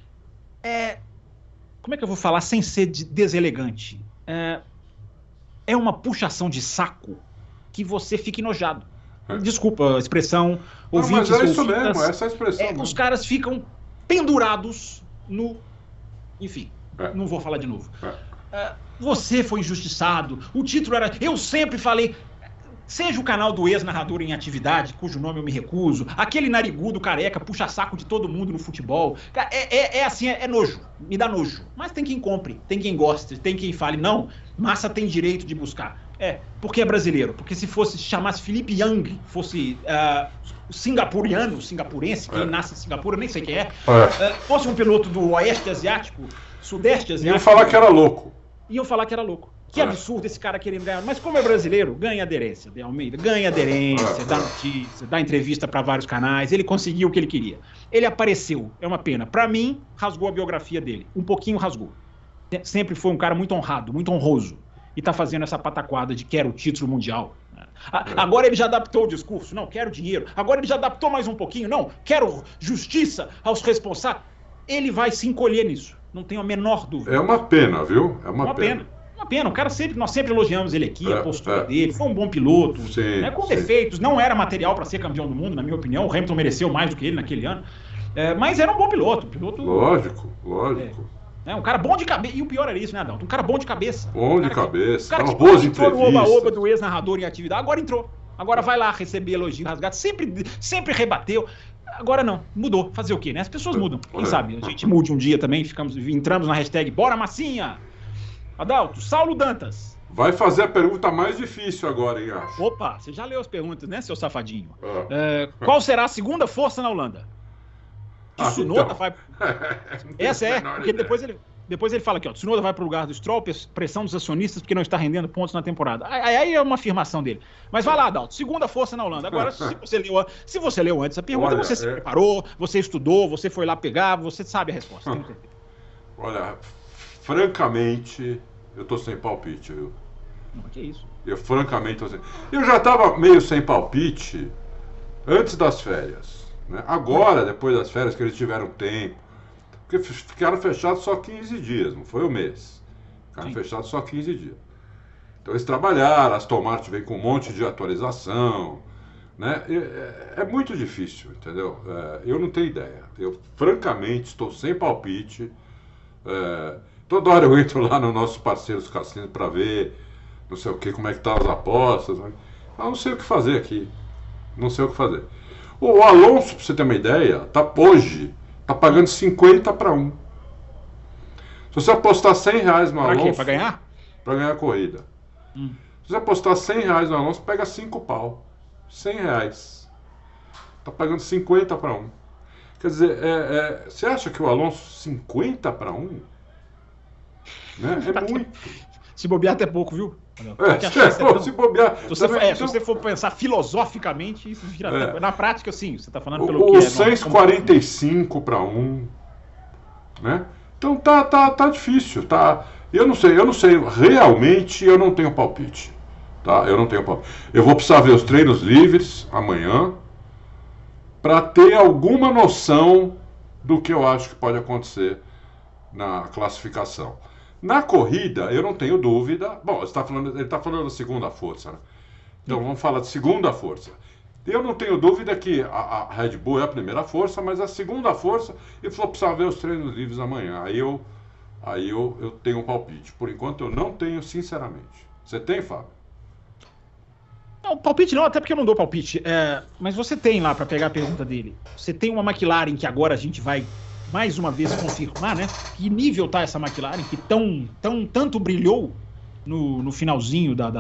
Como é que eu vou falar sem ser deselegante? É uma puxação de saco que você fica enojado. Desculpa a expressão, ouvintes. Mas é isso mesmo, essa expressão. Os caras ficam pendurados no... Enfim, não vou falar de novo. Você foi injustiçado, o título era... Eu sempre falei... Seja o canal do ex-narrador em atividade, cujo nome eu me recuso, aquele narigudo careca puxa saco de todo mundo no futebol. Assim, é nojo, me dá nojo. Mas tem quem compre, tem quem goste, tem quem fale: não, Massa tem direito de buscar. Porque é brasileiro. Porque se chamasse Felipe Young, fosse singapurense, quem nasce em Singapura, nem sei quem fosse um piloto do Oeste Asiático, Sudeste Asiático... Iam falar que era louco. Que absurdo esse cara querendo ganhar. Mas como é brasileiro, ganha aderência, De Almeida. Ganha aderência, dá notícia, dá entrevista para vários canais. Ele conseguiu o que ele queria. Ele apareceu, é uma pena. Para mim, rasgou a biografia dele. Um pouquinho rasgou. Sempre foi um cara muito honrado, muito honroso. E tá fazendo essa pataquada de quero o título mundial. Agora ele já adaptou o discurso. Não, quero dinheiro. Agora ele já adaptou mais um pouquinho. Não, quero justiça aos responsáveis. Ele vai se encolher nisso. Não tenho a menor dúvida. É uma pena, viu? É uma pena. Uma pena, nós sempre elogiamos ele aqui, a postura dele, foi um bom piloto, com defeitos, não era material para ser campeão do mundo, na minha opinião. O Hamilton mereceu mais do que ele naquele ano, mas era um bom piloto. Lógico. Um cara bom de cabeça, e o pior era isso, né, Adalto? Um cara bom de cabeça. O cara que boas entrou no oba-oba do ex-narrador em atividade, agora entrou. Agora vai lá receber elogio rasgado, sempre rebateu. Agora não, mudou. Fazer o quê, né? As pessoas mudam. Quem sabe? A gente mude um dia também, entramos na hashtag Bora Massinha. Adalto, Saulo Dantas. Vai fazer a pergunta mais difícil agora, hein, acho. Opa, você já leu as perguntas, né, seu safadinho? Qual será a segunda força na Holanda? Tsunoda então. vai... Essa é, porque depois ele fala aqui, ó, Tsunoda vai para o lugar do Stroll, pressão dos acionistas porque não está rendendo pontos na temporada. Aí é uma afirmação dele. Mas vai lá, Adalto, segunda força na Holanda. Agora, se você leu antes a pergunta, você se preparou, você estudou, você foi lá pegar, você sabe a resposta. Olha, francamente, eu tô sem palpite, viu? Não, que isso? Francamente, eu já estava meio sem palpite antes das férias, né? Agora, depois das férias, que eles tiveram tempo, porque ficaram fechados só 15 dias, não foi o mês. Ficaram fechados só 15 dias. Então eles trabalharam, a Aston Martin veio com um monte de atualização, né? É muito difícil, entendeu? Eu não tenho ideia. Eu, francamente, estou sem palpite. Toda hora eu entro lá no nosso parceiro os cassinos para ver não sei o que, como é que tá as apostas. Né? Eu não sei o que fazer aqui. Não sei o que fazer. O Alonso, pra você ter uma ideia, hoje tá pagando 50-1. Se você apostar R$100 no Alonso... Pra quê? Pra ganhar? Pra ganhar a corrida. Se você apostar R$100 no Alonso, pega 5 pau. R$100. Tá pagando 50-1. Quer dizer, você acha que o Alonso 50-1? Né? É muito. Se bobear até pouco, viu? Se bobear... Se você for pensar filosoficamente, isso vira... Na prática, sim, você está falando pelo que é... 6,45-1, né? Então tá difícil, tá... Eu não sei, realmente eu não tenho palpite, tá? Eu não tenho palpite. Eu vou precisar ver os treinos livres amanhã para ter alguma noção do que eu acho que pode acontecer na classificação. Na corrida, eu não tenho dúvida... Bom, ele está falando da segunda força, né? Então vamos falar de segunda força. Eu não tenho dúvida que a Red Bull é a primeira força, mas a segunda força, ele falou que precisava ver os treinos livres amanhã. Aí eu tenho um palpite. Por enquanto eu não tenho, sinceramente. Você tem, Fábio? Não, palpite não, até porque eu não dou palpite. Mas você tem lá, para pegar a pergunta dele, você tem uma McLaren que agora a gente vai... mais uma vez confirmar, né? Que nível tá essa McLaren, que tanto brilhou no finalzinho da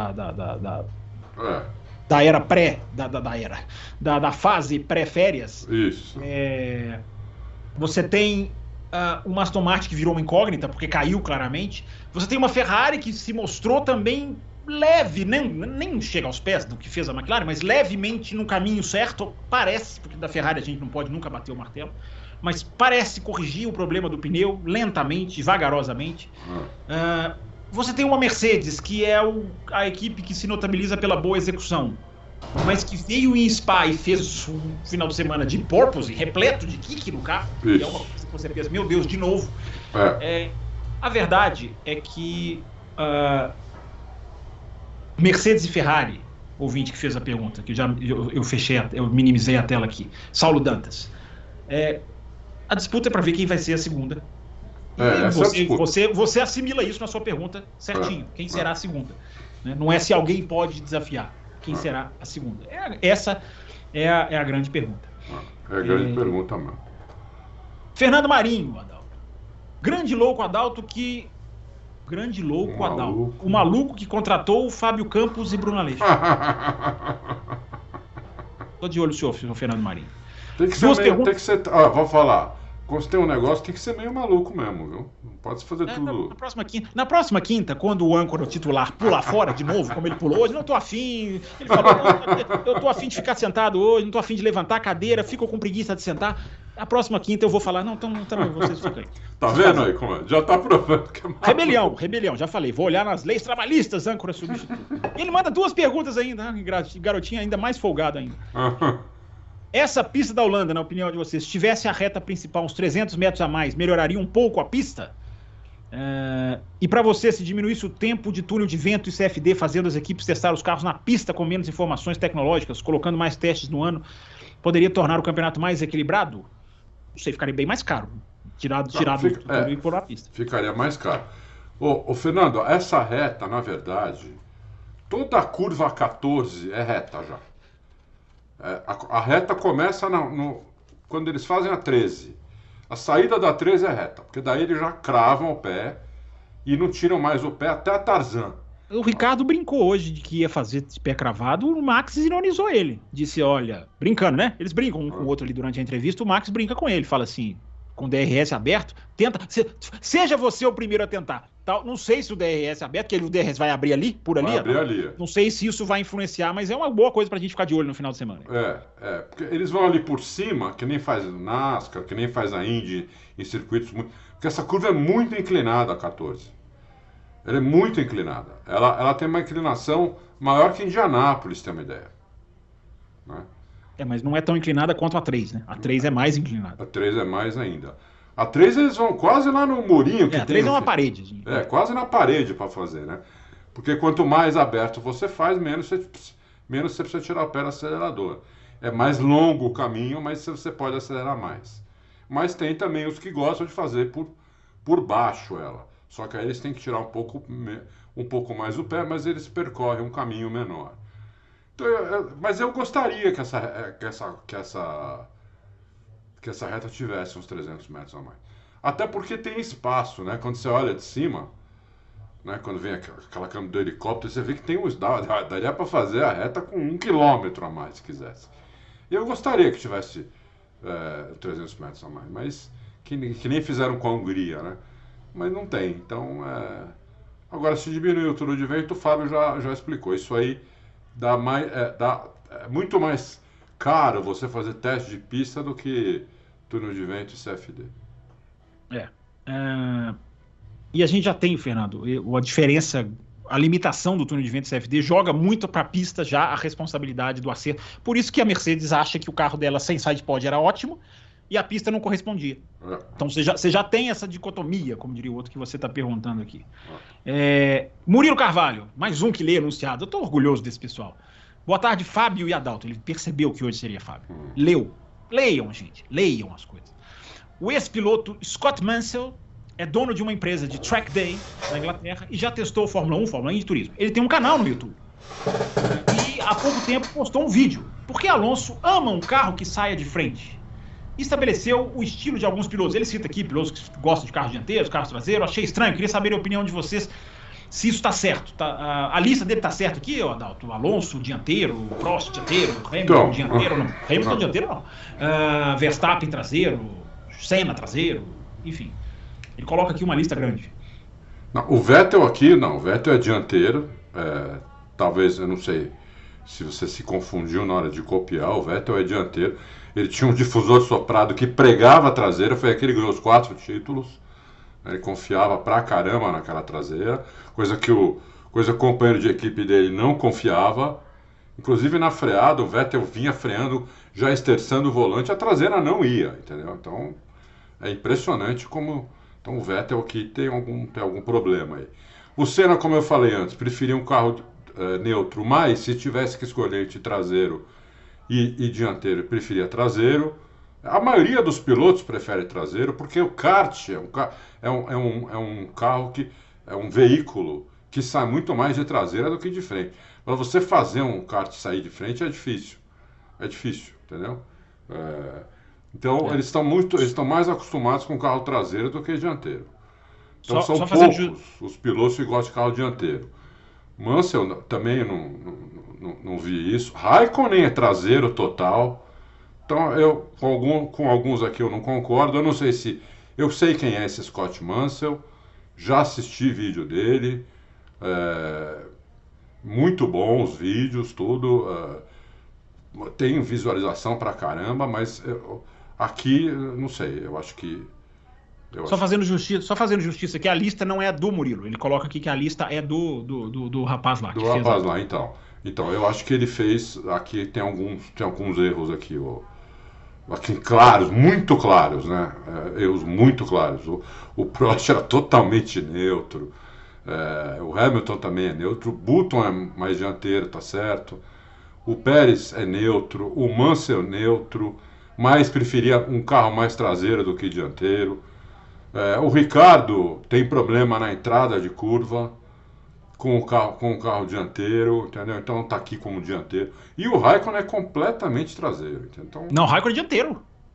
era da fase pré-férias. Isso. Você tem uma Aston Martin que virou uma incógnita, porque caiu claramente. Você tem uma Ferrari que se mostrou também leve, nem chega aos pés do que fez a McLaren, mas levemente no caminho certo, parece, porque da Ferrari a gente não pode nunca bater o martelo. Mas parece corrigir o problema do pneu lentamente, vagarosamente. Você tem uma Mercedes, que é a equipe que se notabiliza pela boa execução, mas que veio em Spa e fez um final de semana de porpoise, repleto de kick no carro. E é uma coisa que você pensa, meu Deus, de novo. A verdade é que Mercedes e Ferrari, ouvinte que fez a pergunta, que eu fechei, eu minimizei a tela aqui, Saulo Dantas. A disputa é para ver quem vai ser a segunda. Você assimila isso na sua pergunta certinho. Quem será a segunda? Né? Não é se alguém pode desafiar. Quem será a segunda? Essa é a grande pergunta. É a grande pergunta mesmo. Fernando Marinho, Adalto. Grande louco Adalto que... Grande louco Adalto. O maluco que contratou o Fábio Campos e Bruno Aleixo. Tô de olho no senhor Fernando Marinho. Tem que ser vou falar. Quando você tem um negócio, tem que ser meio maluco mesmo, viu? Não pode fazer tudo. Na próxima quinta, quando o âncora titular pular fora de novo, como ele pulou hoje, não tô afim. Ele falou, eu tô afim de ficar sentado hoje, não tô afim de levantar a cadeira, fico com preguiça de sentar. Na próxima quinta eu vou falar, não, então vocês ficam aí. Tá vendo aí como é? Já tá provando que é maluco. Rebelião, já falei. Vou olhar nas leis trabalhistas, âncora substituto. E ele manda 2 perguntas ainda, garotinho ainda mais folgado ainda. Essa pista da Holanda, na opinião de vocês, se tivesse a reta principal uns 300 metros a mais, melhoraria um pouco a pista? E para você, se diminuísse o tempo de túnel de vento e CFD, fazendo as equipes testar os carros na pista com menos informações tecnológicas, colocando mais testes no ano, poderia tornar o campeonato mais equilibrado? Não sei, ficaria bem mais caro. Tirado do túnel e pôr na pista. Ficaria mais caro. Ô, Fernando, essa reta, na verdade, toda a curva 14 é reta já. A reta começa quando eles fazem a 13. A saída da 13 é reta, porque daí eles já cravam o pé e não tiram mais o pé até a Tarzan. O Ricardo brincou hoje de que ia fazer de pé cravado, o Max ironizou ele. Disse, olha, brincando, né? Eles brincam um com o outro ali durante a entrevista, o Max brinca com ele, fala assim, com o DRS aberto, tenta, seja você o primeiro a tentar. Não sei se o DRS é aberto, porque o DRS vai abrir ali, por ali. Vai abrir ali. Não sei se isso vai influenciar, mas é uma boa coisa pra gente ficar de olho no final de semana. Porque eles vão ali por cima, que nem faz NASCAR, que nem faz a Indy em circuitos muito... Porque essa curva é muito inclinada, a 14. Ela é muito inclinada. Ela tem uma inclinação maior que Indianápolis, tem uma ideia. Né? Mas não é tão inclinada quanto a 3, né? A 3 é mais inclinada. A 3 é mais ainda. A 3 eles vão quase lá no murinho. Que a 3 é uma parede. Gente. Quase na parede para fazer, né? Porque quanto mais aberto você faz, menos você precisa tirar o pé do acelerador. É mais longo o caminho, mas você pode acelerar mais. Mas tem também os que gostam de fazer por baixo ela. Só que aí eles têm que tirar um pouco mais o pé, mas eles percorrem um caminho menor. Então, mas eu gostaria que essa reta tivesse uns 300 metros a mais. Até porque tem espaço, né? Quando você olha de cima, né? Quando vem aquela câmera do helicóptero, você vê que tem daria para fazer a reta com 1 quilômetro a mais, se quisesse. Eu gostaria que tivesse 300 metros a mais, mas que nem fizeram com a Hungria, né? Mas não tem. Então, agora, se diminuir o túnel de vento, o Fábio já explicou. Isso aí é muito mais caro você fazer teste de pista do que túnel de vento e CFD. E a gente já tem, Fernando, a diferença, a limitação do túnel de vento e CFD joga muito para a pista já a responsabilidade do acerto. Por isso que a Mercedes acha que o carro dela sem sidepod era ótimo e a pista não correspondia. Então você já tem essa dicotomia, como diria o outro que você está perguntando aqui. Murilo Carvalho, mais um que lê anunciado. Eu estou orgulhoso desse pessoal. Boa tarde, Fábio e Adalto. Ele percebeu que hoje seria Fábio. Leu. Leiam, gente. Leiam as coisas. O ex-piloto Scott Mansell é dono de uma empresa de track day na Inglaterra e já testou Fórmula 1, Fórmula E de turismo. Ele tem um canal no YouTube. E há pouco tempo postou um vídeo. Porque Alonso ama um carro que saia de frente. Estabeleceu o estilo de alguns pilotos. Ele cita aqui pilotos que gostam de carros dianteiros, carros traseiros. Achei estranho. Queria saber a opinião de vocês se isso está certo. A lista dele está certa aqui, Adalto? Alonso dianteiro, Prost dianteiro, Hamilton dianteiro, não. Hamilton dianteiro não. Verstappen traseiro, Senna traseiro, enfim. Ele coloca aqui uma lista grande. Não, o Vettel aqui, não. O Vettel é dianteiro. Talvez, eu não sei se você se confundiu na hora de copiar. O Vettel é dianteiro. Ele tinha um difusor soprado que pregava a traseira. Foi aquele que ganhou os 4 títulos. Ele confiava pra caramba naquela traseira. Coisa que o companheiro de equipe dele não confiava. Inclusive na freada, o Vettel vinha freando, já esterçando o volante. A traseira não ia, entendeu? Então, é impressionante como... Então o Vettel aqui tem algum problema aí. O Senna, como eu falei antes, preferia um carro neutro, mas se tivesse que escolher entre traseiro e dianteiro, preferia traseiro. A maioria dos pilotos prefere traseiro, porque o kart é um carro que é um veículo que sai muito mais de traseira do que de frente. Para você fazer um kart sair de frente é difícil. É difícil, entendeu? Então, eles estão mais acostumados com carro traseiro do que dianteiro. Então, são poucos os pilotos que gostam de carro dianteiro. Mansell também não vi isso. Raikkonen é traseiro total. Então, eu com alguns aqui eu não concordo. Eu não sei se... Eu sei quem é esse Scott Mansell. Já assisti vídeo dele. Muito bons os vídeos, tudo. Tem visualização pra caramba, mas... Aqui, não sei, eu acho que... Fazendo justiça, que a lista não é do Murilo. Ele coloca aqui que a lista é do rapaz lá. Do rapaz lá, então. Então, eu acho que ele fez... Aqui tem alguns erros aqui, aqui claros, muito claros, né? Erros muito claros. O Prost era totalmente neutro. O Hamilton também é neutro. O Button é mais dianteiro, tá certo. O Pérez é neutro. O Mansell é neutro. Mas preferia um carro mais traseiro do que dianteiro. O Ricardo tem problema na entrada de curva com o carro dianteiro, entendeu? Então tá aqui como dianteiro. E o Raikkonen é completamente traseiro, entendeu? Então... Não, o Raikkonen é dianteiro.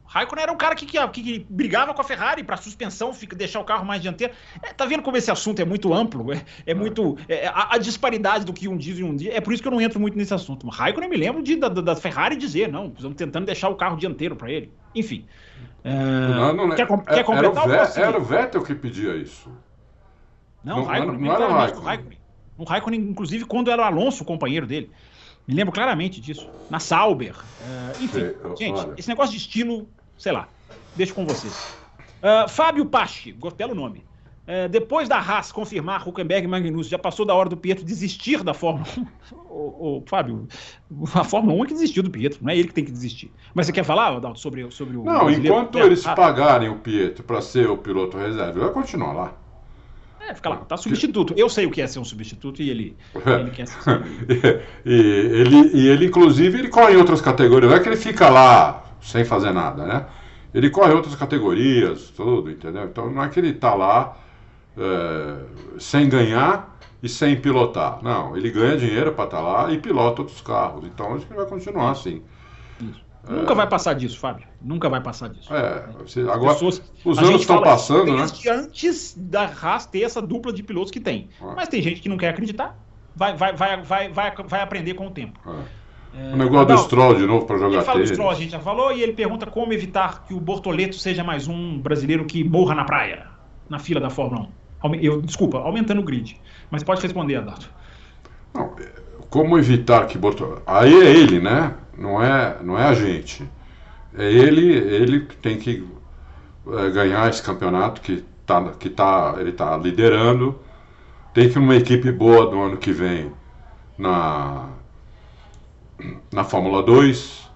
Raikkonen era um cara que brigava com a Ferrari para suspensão, deixar o carro mais dianteiro. Tá vendo como esse assunto é muito amplo? Muito. A disparidade do que um diz e um diz. É por isso que eu não entro muito nesse assunto. Raikkonen me lembro da Ferrari dizer, não, estamos tentando deixar o carro dianteiro para ele. Enfim. Quer completar? Era o Vettel que pedia isso. Não, Raikkonen. Não era o Raikkonen. O Raikkonen, inclusive, quando era o Alonso, o companheiro dele. Me lembro claramente disso. Na Sauber. Enfim, gente, esse negócio de estilo, sei lá, deixo com vocês. Fábio Pache, belo nome. Depois da Haas confirmar Hülkenberg e Magnussen, já passou da hora do Pietro desistir da Fórmula 1? Fábio, a Fórmula 1 é que desistiu do Pietro, não é ele que tem que desistir. Mas você quer falar, Adalto, sobre o Não, brasileiro? Enquanto eles pagarem o Pietro para ser o piloto reserva, ele vai continuar lá. Fica lá, tá substituto. Eu sei o que é ser um substituto e ele quer ser. ele, inclusive, ele corre em outras categorias. Não é que ele fica lá sem fazer nada, né? Ele corre em outras categorias, tudo, entendeu? Então não é que ele tá lá sem ganhar e sem pilotar. Não, ele ganha dinheiro para estar lá e pilota outros carros. Então acho que ele vai continuar assim. Isso. Nunca vai passar disso, Fábio. Nunca vai passar disso. Agora, os anos estão passando, né? Antes da Haas ter essa dupla de pilotos que tem. Mas tem gente que não quer acreditar. Vai aprender com o tempo. O negócio do Stroll de novo para jogar ele fala do Stroll, a gente já falou, e ele pergunta como evitar que o Bortoleto seja mais um brasileiro que morra na praia, na fila da Fórmula 1. Desculpa, aumentando o grid. Mas pode responder, Adalto. Não, como evitar que Bortoleto... Aí é ele, né? Não é a gente. É ele que tem que ganhar esse campeonato que ele está liderando. Tem que ir numa equipe boa do ano que vem na Fórmula 2.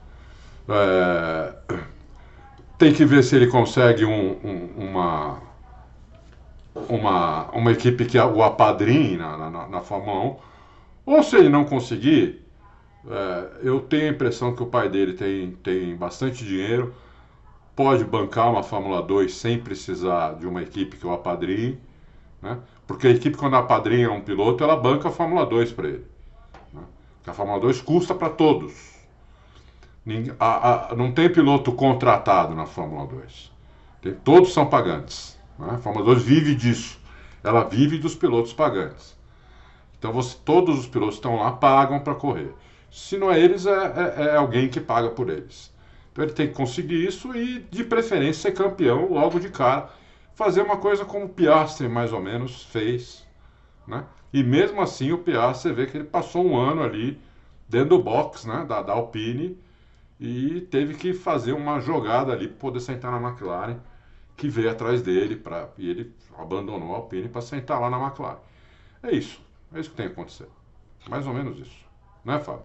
Tem que ver se ele consegue uma equipe que o apadrinhe na Fórmula 1. Ou se ele não conseguir, eu tenho a impressão que o pai dele tem bastante dinheiro, pode bancar uma Fórmula 2 sem precisar de uma equipe que o apadrinhe, né? Porque a equipe, quando apadrinha um piloto, ela banca a Fórmula 2 para ele, né? Porque a Fórmula 2 custa para todos. Não tem piloto contratado na Fórmula 2. Todos são pagantes, né? A Fórmula 2 vive disso. Ela vive dos pilotos pagantes. Então todos os pilotos estão lá, pagam para correr. Se não é eles, é alguém que paga por eles. Então ele tem que conseguir isso e, de preferência, ser campeão logo de cara. Fazer uma coisa como o Piastri, mais ou menos, fez, né? E mesmo assim, o Piastri, você vê que ele passou um ano ali dentro do box, né, da Alpine, e teve que fazer uma jogada ali para poder sentar na McLaren, que veio atrás dele, e ele abandonou a Alpine para sentar lá na McLaren. É isso que tem que acontecer. Mais ou menos isso. Né, Fábio?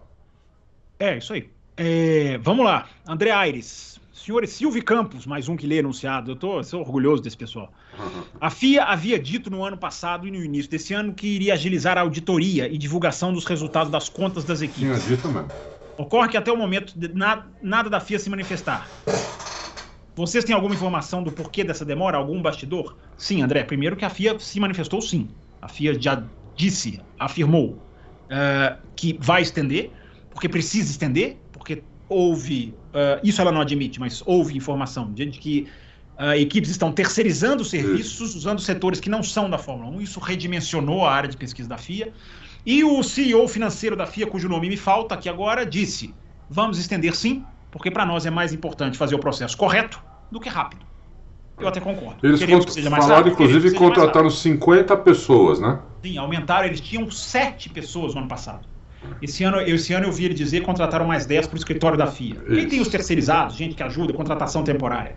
Isso aí. Vamos lá. André Aires. Senhores Silvio Campos, mais um que lê anunciado. Eu sou orgulhoso desse pessoal. A FIA havia dito no ano passado e no início desse ano que iria agilizar a auditoria e divulgação dos resultados das contas das equipes. Tinha dito mesmo. Ocorre que até o momento nada da FIA se manifestar. Vocês têm alguma informação do porquê dessa demora? Algum bastidor? Sim, André. Primeiro que a FIA se manifestou, sim. A FIA já afirmou que vai estender, porque precisa estender, porque houve, isso ela não admite, mas houve informação de que equipes estão terceirizando serviços, usando setores que não são da Fórmula 1, isso redimensionou a área de pesquisa da FIA, e o CEO financeiro da FIA, cujo nome me falta aqui agora, disse, vamos estender sim, porque para nós é mais importante fazer o processo correto do que rápido. Eu até concordo. Eles falaram, inclusive, contrataram 50 pessoas, né? Sim, aumentaram, eles tinham 7 pessoas no ano passado. Esse ano eu vi ele dizer que contrataram mais 10 para o escritório da FIA. Quem tem os terceirizados, gente que ajuda, contratação temporária.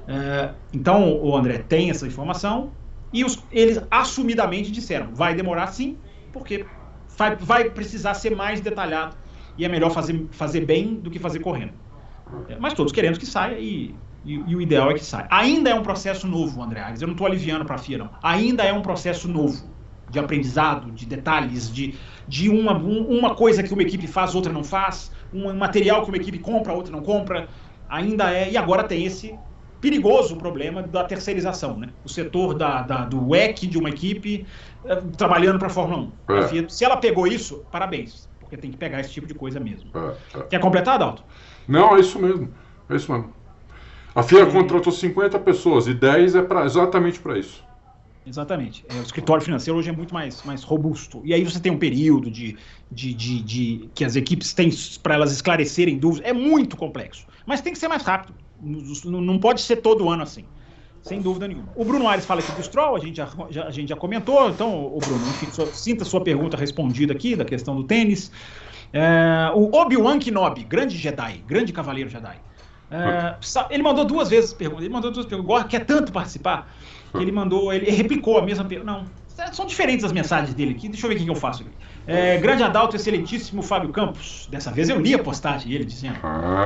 Então, o André tem essa informação e eles assumidamente disseram, vai demorar sim, porque vai precisar ser mais detalhado e é melhor fazer bem do que fazer correndo. Mas todos queremos que saia e o ideal é que saia. Ainda é um processo novo, André Aires, eu não estou aliviando para a FIA, não. Ainda é um processo novo de aprendizado, de detalhes, de uma coisa que uma equipe faz, outra não faz, um material que uma equipe compra, outra não compra, ainda e agora tem esse perigoso problema da terceirização, né? O setor do WEC de uma equipe trabalhando para a Fórmula 1. A FIA, se ela pegou isso, parabéns, porque tem que pegar esse tipo de coisa mesmo. Quer completar, Adalto? Não, é isso mesmo. A FIA contratou 50 pessoas e 10 é exatamente para isso. Exatamente. O escritório financeiro hoje é muito mais robusto. E aí você tem um período de que as equipes têm para elas esclarecerem dúvidas. É muito complexo. Mas tem que ser mais rápido. Não pode ser todo ano assim. Sem dúvida nenhuma. O Bruno Aires fala aqui do Stroll, a gente já comentou. Então, o Bruno, enfim, sinta sua pergunta respondida aqui, da questão do tênis. O Obi-Wan Kenobi, grande Jedi, grande cavaleiro Jedi. Ele mandou 2 vezes perguntas. Quer tanto participar que ele replicou a mesma pergunta. Não, são diferentes as mensagens dele aqui. Deixa eu ver o que eu faço aqui. Grande Adalto, excelentíssimo Fábio Campos. Dessa vez eu li a postagem dele dizendo.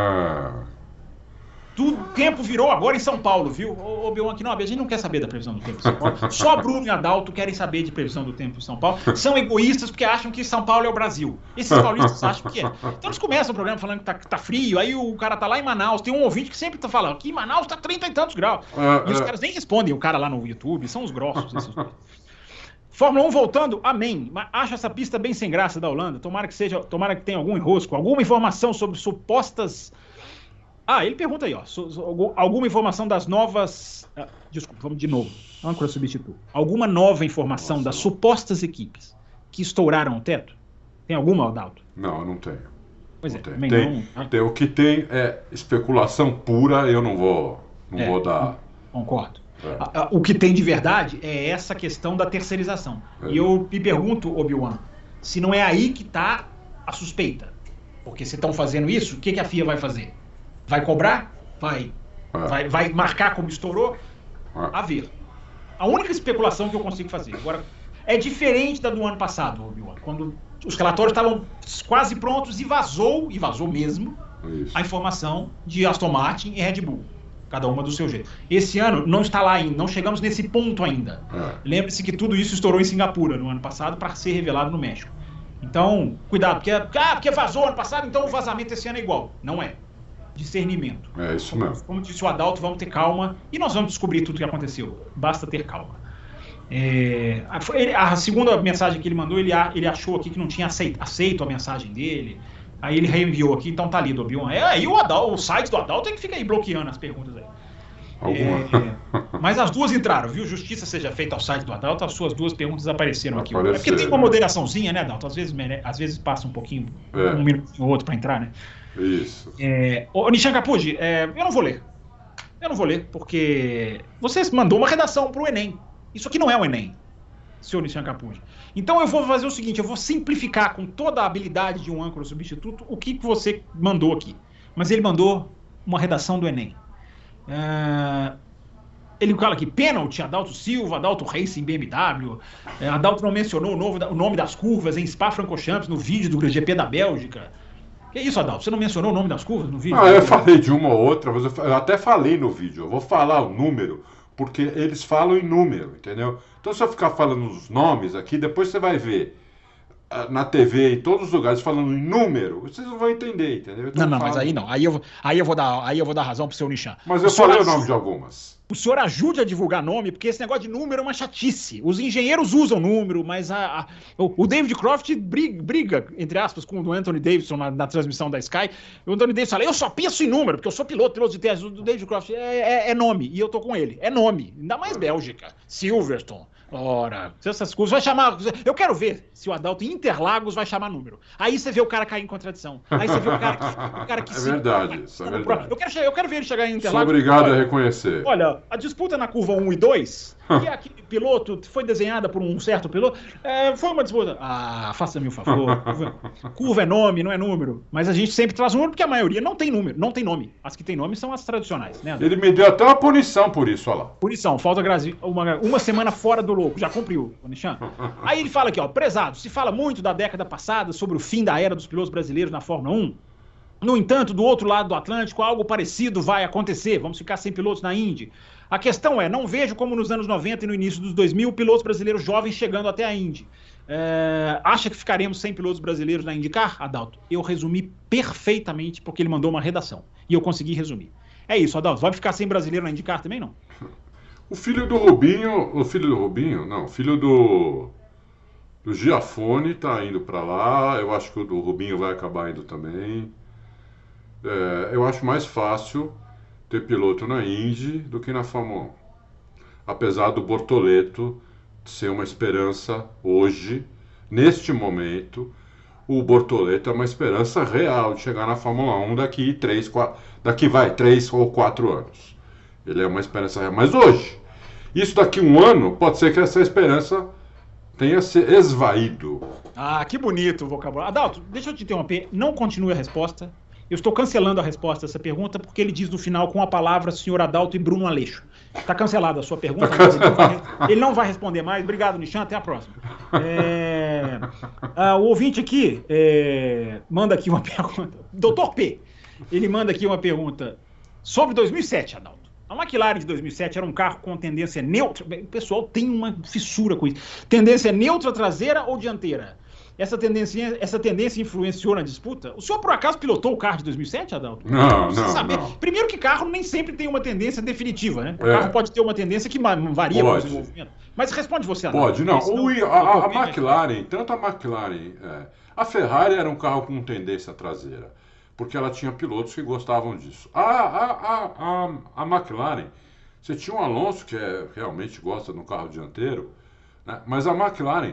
O tempo virou agora em São Paulo, viu? Obi-Wan Kenobi, a gente não quer saber da previsão do tempo em São Paulo. Só Bruno e Adalto querem saber de previsão do tempo em São Paulo. São egoístas porque acham que São Paulo é o Brasil. Esses paulistas acham que é. Então eles começam o programa falando que tá frio, aí o cara tá lá em Manaus, tem um ouvinte que sempre tá falando que em Manaus tá 30 e tantos graus. E os caras nem respondem o cara lá no YouTube, são os grossos esses dois. Fórmula 1 voltando, amém. Mas acho essa pista bem sem graça da Holanda. Tomara que tenha algum enrosco, alguma informação sobre supostas... ele pergunta aí, alguma informação das novas... desculpa, vamos de novo. Âncora substituto. Alguma nova informação das supostas equipes que estouraram o teto? Tem alguma, Adalto? Não, eu não tenho. Pois não é, tem. também Tem. O que tem é especulação pura, eu não vou dar... Concordo. O que tem de verdade é essa questão da terceirização. E eu me pergunto, Obi-Wan, se não é aí que está a suspeita. Porque se estão fazendo isso, o que a FIA vai fazer? Vai cobrar? Vai marcar como estourou? A ver. A única especulação que eu consigo fazer. Agora, é diferente da do ano passado, Obi-Wan, quando os relatórios estavam quase prontos e vazou mesmo, a informação de Aston Martin e Red Bull. Cada uma do seu jeito. Esse ano não está lá ainda, não chegamos nesse ponto ainda. Lembre-se que tudo isso estourou em Singapura no ano passado para ser revelado no México. Então, cuidado, porque vazou ano passado, então o vazamento esse ano é igual. Não é. Discernimento. É isso mesmo. Como disse o Adalto, vamos ter calma e nós vamos descobrir tudo o que aconteceu. Basta ter calma. A segunda mensagem que ele mandou, ele achou aqui que não tinha aceito a mensagem dele. Aí ele reenviou aqui, então tá lido, Obi-Wan. Aí o site do Adalto tem que ficar aí bloqueando as perguntas aí. Mas as duas entraram, viu? Justiça seja feita ao site do Adalto, as suas 2 perguntas apareceram aqui. É porque tem uma moderaçãozinha, né, Adalto? Às vezes passa um pouquinho, um minuto ou outro pra entrar, né? Isso. Nishan Capucci, eu não vou ler, porque você mandou uma redação pro Enem. Isso aqui não é o Enem, senhor Nishan Capucci. Então eu vou fazer o seguinte, eu vou simplificar com toda a habilidade de um âncora substituto o que você mandou aqui. Mas ele mandou uma redação do Enem. Ele fala aqui, pênalti, Adalto Silva, Adalto Racing BMW, Adalto não mencionou o nome das curvas em Spa-Francorchamps no vídeo do GP da Bélgica. Que isso, Adalto? Você não mencionou o nome das curvas no vídeo? Eu falei de uma ou outra, mas eu até falei no vídeo, eu vou falar o número, porque eles falam em número, entendeu? Então se eu ficar falando os nomes aqui, depois você vai ver na TV, em todos os lugares, falando em número, vocês não vão entender, entendeu? Então, mas aí não. Aí eu vou dar razão pro seu Nishan. Mas eu falei o nome de algumas. O senhor ajude a divulgar nome, porque esse negócio de número é uma chatice. Os engenheiros usam número, mas o David Croft briga, entre aspas, com o Anthony Davidson na transmissão da Sky. O Anthony Davidson fala, eu só penso em número, porque eu sou piloto de teste. O David Croft é nome, e eu tô com ele. É nome. Ainda mais Bélgica. Silverstone. Ora, essas coisas vai chamar. Eu quero ver se o Adalto em Interlagos vai chamar número. Aí você vê o cara cair em contradição. Aí você vê o cara que é verdade, isso é verdade. Eu quero ver ele chegar em Interlagos. Sou obrigado a reconhecer. Olha, a disputa na curva 1 e 2, que aquele piloto foi desenhada por um certo piloto, foi uma disputa. Faça-me um favor. Curva é nome, não é número. Mas a gente sempre traz um número porque a maioria não tem número, não tem nome. As que tem nome são as tradicionais, né? Ele me deu até uma punição por isso, olha lá. Punição, falta uma semana fora do louco, já cumpriu, Nishan. Aí ele fala aqui, prezado, se fala muito da década passada sobre o fim da era dos pilotos brasileiros na Fórmula 1. No entanto, do outro lado do Atlântico, algo parecido vai acontecer. Vamos ficar sem pilotos na Indy. A questão não vejo como nos anos 90 e no início dos 2000, pilotos brasileiros jovens chegando até a Indy. Acha que ficaremos sem pilotos brasileiros na IndyCar, Adalto? Eu resumi perfeitamente porque ele mandou uma redação. E eu consegui resumir. É isso, Adalto. Vai ficar sem brasileiro na IndyCar também, não? O filho do Rubinho, o filho do Giafone tá indo para lá. Eu acho que o do Rubinho vai acabar indo também. Eu acho mais fácil ter piloto na Indy do que na Fórmula 1. Apesar do Bortoleto ser uma esperança hoje, neste momento, o Bortoleto é uma esperança real de chegar na Fórmula 1 daqui 3 ou 4 anos. Ele é uma esperança real. Mas hoje, isso daqui 1 ano, pode ser que essa esperança tenha se esvaído. Ah, que bonito o vocabulário. Adalto, deixa eu te interromper. Não continue a resposta. Eu estou cancelando a resposta dessa pergunta porque ele diz no final com a palavra senhor Adalto e Bruno Aleixo. Está cancelada a sua pergunta. Ele não vai responder mais. Obrigado, Nishan. Até a próxima. O ouvinte aqui manda aqui uma pergunta. Doutor P. Ele manda aqui uma pergunta sobre 2007, Adalto. A McLaren de 2007 era um carro com tendência neutra. O pessoal tem uma fissura com isso. Tendência neutra traseira ou dianteira? Essa tendência influenciou na disputa? O senhor, por acaso, pilotou o carro de 2007, Adalto? Não. Primeiro que carro nem sempre tem uma tendência definitiva, né? O carro pode ter uma tendência que varia com o desenvolvimento. Mas responde você, Adalto. Pode, não. A McLaren, tanto a McLaren... a Ferrari era um carro com tendência traseira, porque ela tinha pilotos que gostavam disso. A McLaren, você tinha um Alonso que realmente gosta de um carro dianteiro, né? Mas a McLaren...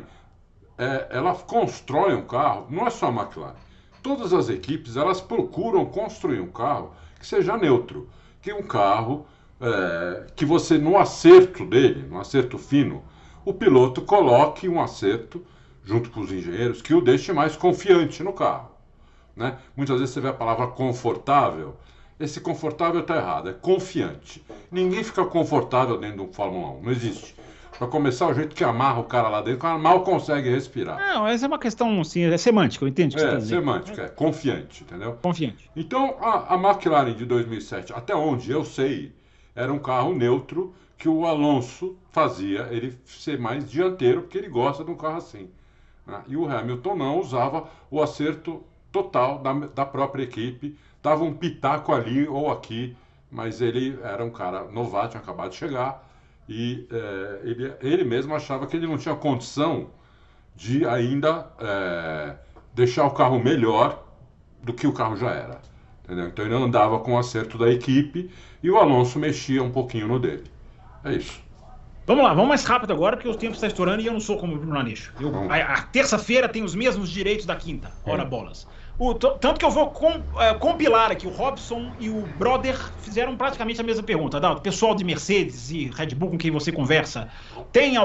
ela constrói um carro, não é só a McLaren. Todas as equipes, elas procuram construir um carro que seja neutro. Que um carro que você, no acerto dele, no acerto fino, o piloto coloque um acerto, junto com os engenheiros, que o deixe mais confiante no carro. Né? Muitas vezes você vê a palavra confortável. Esse confortável está errado, é confiante. Ninguém fica confortável dentro de um Fórmula 1, não existe. Para começar, o jeito que amarra o cara lá dentro, o cara mal consegue respirar. Não, essa é uma questão, assim, semântica, eu entendo o que você está dizendo. Semântica, confiante, entendeu? Confiante. Então, a McLaren de 2007, até onde eu sei, era um carro neutro que o Alonso fazia ele ser mais dianteiro, porque ele gosta de um carro assim. Né? E o Hamilton não, usava o acerto total da própria equipe, dava um pitaco ali ou aqui, mas ele era um cara novato, tinha acabado de chegar, e ele mesmo achava que ele não tinha condição de ainda deixar o carro melhor do que o carro já era. Entendeu? Então ele andava com o acerto da equipe e o Alonso mexia um pouquinho no dele. É isso. Vamos lá, vamos mais rápido agora, porque o tempo está estourando e eu não sou como o Bruno Aleixo. A terça-feira tem os mesmos direitos da quinta. Ora bolas. Tanto que eu vou compilar aqui. O Robson e o Brother fizeram praticamente a mesma pergunta. Adalto, pessoal de Mercedes e Red Bull com quem você conversa, tem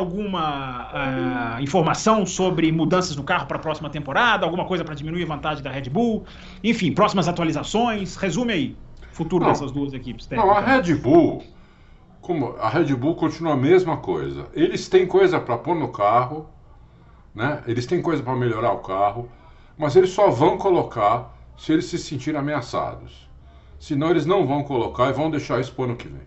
alguma informação sobre mudanças no carro para a próxima temporada? Alguma coisa para diminuir a vantagem da Red Bull? Enfim, próximas atualizações? Resume aí o futuro dessas duas equipes. Não, a Red Bull... a Red Bull continua a mesma coisa. Eles têm coisa para pôr no carro, né? Eles têm coisa para melhorar o carro, mas eles só vão colocar se eles se sentirem ameaçados. Senão eles não vão colocar e vão deixar isso para o ano que vem.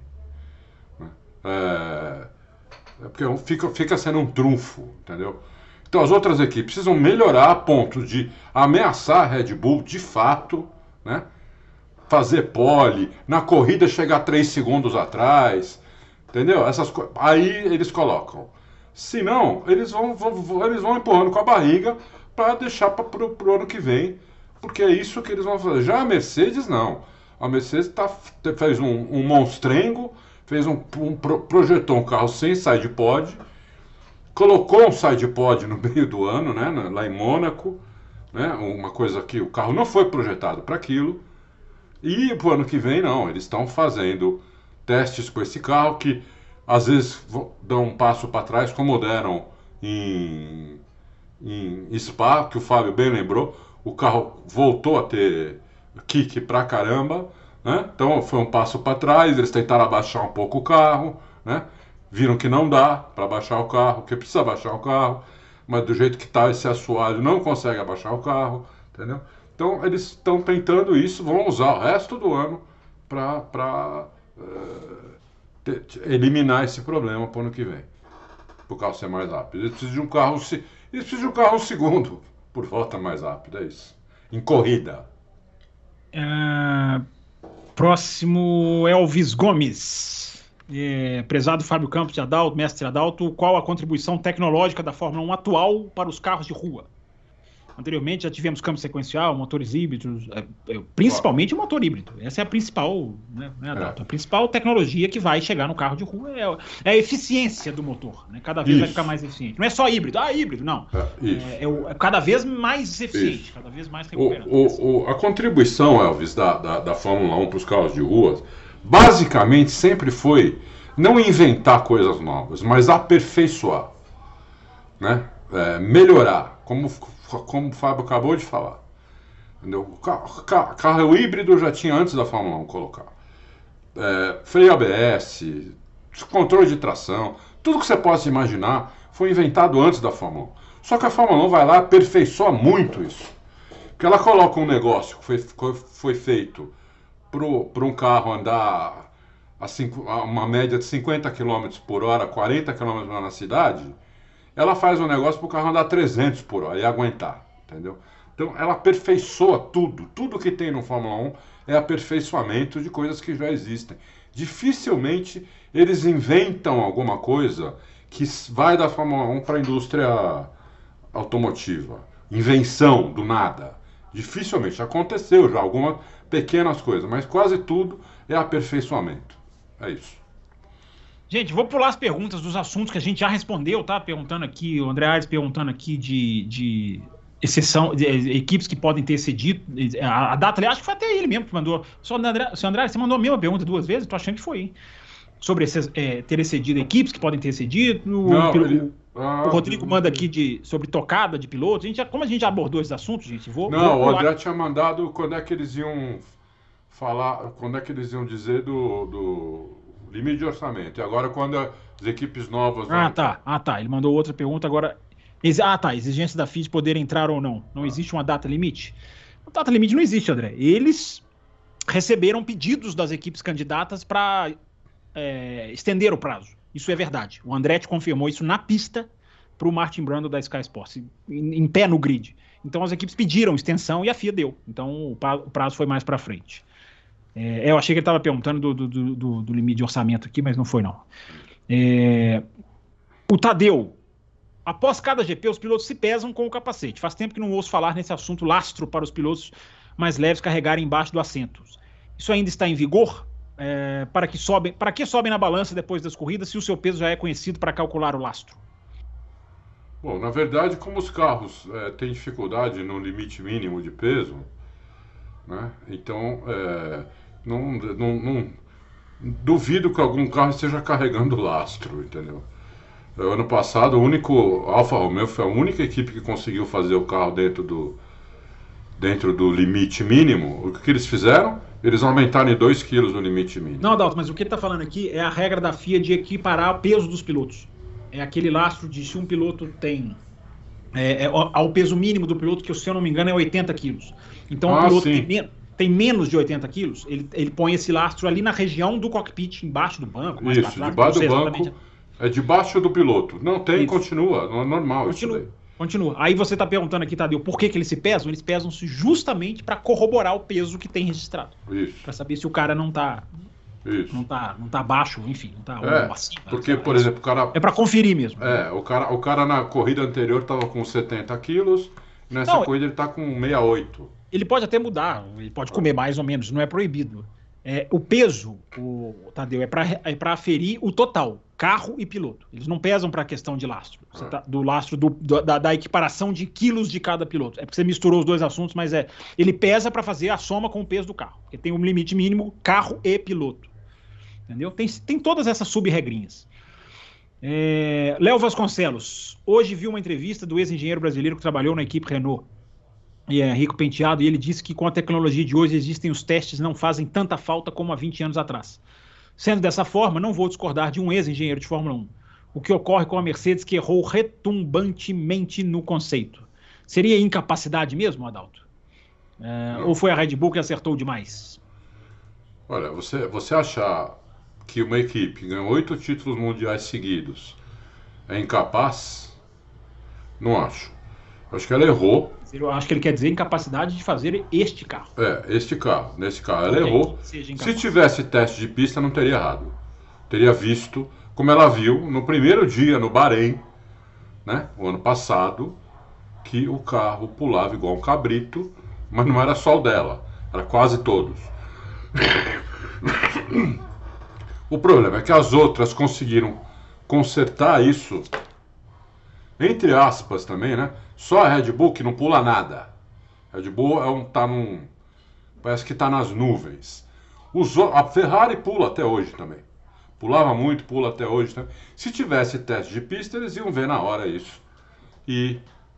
Né? Porque fica sendo um trunfo, entendeu? Então as outras equipes precisam melhorar a ponto de ameaçar a Red Bull de fato, né? Fazer pole, na corrida chegar 3 segundos atrás, entendeu? Aí eles colocam. Se não, eles vão empurrando com a barriga para deixar para o ano que vem, porque é isso que eles vão fazer. Já a Mercedes, não. A Mercedes fez um monstrengo, projetou um carro sem sidepod, colocou um sidepod no meio do ano, né, lá em Mônaco, né, uma coisa que o carro não foi projetado para aquilo. E para o ano que vem, não, eles estão fazendo testes com esse carro que às vezes dão um passo para trás, como deram em Spa, que o Fábio bem lembrou. O carro voltou a ter kick pra caramba, né? Então foi um passo para trás, eles tentaram abaixar um pouco o carro, né? Viram que não dá para abaixar o carro, que precisa abaixar o carro, mas do jeito que está esse assoalho não consegue abaixar o carro, entendeu? Então eles estão tentando isso, vão usar o resto do ano para eliminar esse problema para o ano que vem, para o carro ser mais rápido. Eles precisam de um carro segundo por volta mais rápido, é isso. Em corrida. Próximo, Elvis Gomes. Prezado Fábio Campos de Adalto, mestre Adalto, qual a contribuição tecnológica da Fórmula 1 atual para os carros de rua? Anteriormente já tivemos câmbio sequencial, motores híbridos, principalmente o motor híbrido. Essa é a principal, né, Adalto? A principal tecnologia que vai chegar no carro de rua é a eficiência do motor, né? Cada vez vai ficar mais eficiente. Não é só híbrido, híbrido, não. É cada vez mais eficiente, cada vez mais recuperante. A contribuição, Elvis, da Fórmula 1 para os carros de rua, basicamente sempre foi não inventar coisas novas, mas aperfeiçoar, né? Melhorar, como o Fábio acabou de falar. Entendeu? Carro híbrido já tinha antes da Fórmula 1 colocar. Freio ABS, controle de tração, tudo que você possa imaginar foi inventado antes da Fórmula 1. Só que a Fórmula 1 vai lá e aperfeiçoa muito isso. Porque ela coloca um negócio que foi feito para um carro andar a uma média de 50 km por hora, 40 km por hora na cidade. Ela faz um negócio para o carro andar 300 por hora e aguentar, entendeu? Então ela aperfeiçoa tudo. Tudo que tem no Fórmula 1 é aperfeiçoamento de coisas que já existem. Dificilmente eles inventam alguma coisa que vai da Fórmula 1 para a indústria automotiva. Invenção do nada. Dificilmente. Aconteceu já algumas pequenas coisas, mas quase tudo é aperfeiçoamento. É isso. Gente, vou pular as perguntas dos assuntos que a gente já respondeu, tá? Perguntando aqui, o André Aires perguntando aqui de exceção, de equipes que podem ter cedido. A data, aliás, acho que foi até ele mesmo que mandou. Seu André, você mandou a mesma pergunta 2 vezes? Tô achando que foi, hein? Sobre ter excedido equipes que podem ter cedido. O Rodrigo manda aqui sobre tocada de pilotos. Como a gente já abordou esses assuntos, gente? O André tinha mandado quando é que eles iam falar, quando é que eles iam dizer do limite de orçamento. E agora quando as equipes novas... Tá. Ele mandou outra pergunta agora. Exigência da FIA de poder entrar ou não. Não existe uma data limite? A data limite não existe, André. Eles receberam pedidos das equipes candidatas para estender o prazo. Isso é verdade. O Andretti confirmou isso na pista para o Martin Brundle da Sky Sports, em pé no grid. Então as equipes pediram extensão e a FIA deu. Então o prazo foi mais para frente. Eu achei que ele estava perguntando do limite de orçamento aqui, mas não foi, não. O Tadeu. Após cada GP, os pilotos se pesam com o capacete. Faz tempo que não ouço falar nesse assunto lastro para os pilotos mais leves carregarem embaixo do assento. Isso ainda está em vigor? Para que sobem na balança depois das corridas se o seu peso já é conhecido para calcular o lastro? Bom, na verdade, como os carros têm dificuldade no limite mínimo de peso, né? Então, não duvido que algum carro esteja carregando lastro, entendeu? Ano passado, o único Alfa Romeo foi a única equipe que conseguiu fazer o carro dentro do limite mínimo. O que eles fizeram? Eles aumentaram em 2 quilos no limite mínimo. Não, Adalto, mas o que ele está falando aqui é a regra da FIA de equiparar o peso dos pilotos. É aquele lastro de se um piloto tem... ao peso mínimo do piloto, que se eu não me engano é 80 quilos. Então o piloto tem menos de 80 quilos, ele põe esse lastro ali na região do cockpit, embaixo do banco. Mais isso, debaixo do banco, debaixo do piloto. Não tem, isso. Continua, não é normal isso daí. Continua. Aí você está perguntando aqui, Tadeu, por que eles se pesam? Eles pesam-se justamente para corroborar o peso que tem registrado. Isso. Para saber se o cara não está baixo, enfim, não está acima. Porque, por exemplo, o cara... É para conferir mesmo. O cara na corrida anterior estava com 70 quilos, nessa corrida ele está com 68. Ele pode até mudar, ele pode comer mais ou menos, não é proibido. O peso, Tadeu, é para aferir o total, carro e piloto. Eles não pesam para a questão de lastro, do lastro da equiparação de quilos de cada piloto. É porque você misturou os dois assuntos, mas ele pesa para fazer a soma com o peso do carro. Porque tem um limite mínimo, carro e piloto. Entendeu? Tem todas essas sub-regrinhas. Léo Vasconcelos. Hoje vi uma entrevista do ex-engenheiro brasileiro que trabalhou na equipe Renault, Rico Penteado, e ele disse que com a tecnologia de hoje existem os testes não fazem tanta falta como há 20 anos atrás. Sendo dessa forma, não vou discordar de um ex-engenheiro de Fórmula 1. O que ocorre com a Mercedes que errou retumbantemente no conceito. Seria incapacidade mesmo, Adalto? Ou foi a Red Bull que acertou demais? Olha, você achar que uma equipe ganhou 8 títulos mundiais seguidos é incapaz? Não acho. Acho que ela errou. Eu acho que ele quer dizer incapacidade de fazer este carro. Este carro. Nesse carro ela errou. Se tivesse teste de pista, não teria errado. Teria visto, como ela viu no primeiro dia no Bahrein, né, o ano passado, que o carro pulava igual um cabrito, mas não era só o dela, era quase todos. O problema é que as outras conseguiram consertar isso, entre aspas também, né? Só a Red Bull que não pula nada. Red Bull parece que está nas nuvens. A Ferrari pula até hoje também. Pulava muito, pula até hoje também. Se tivesse teste de pista, eles iam ver na hora isso. E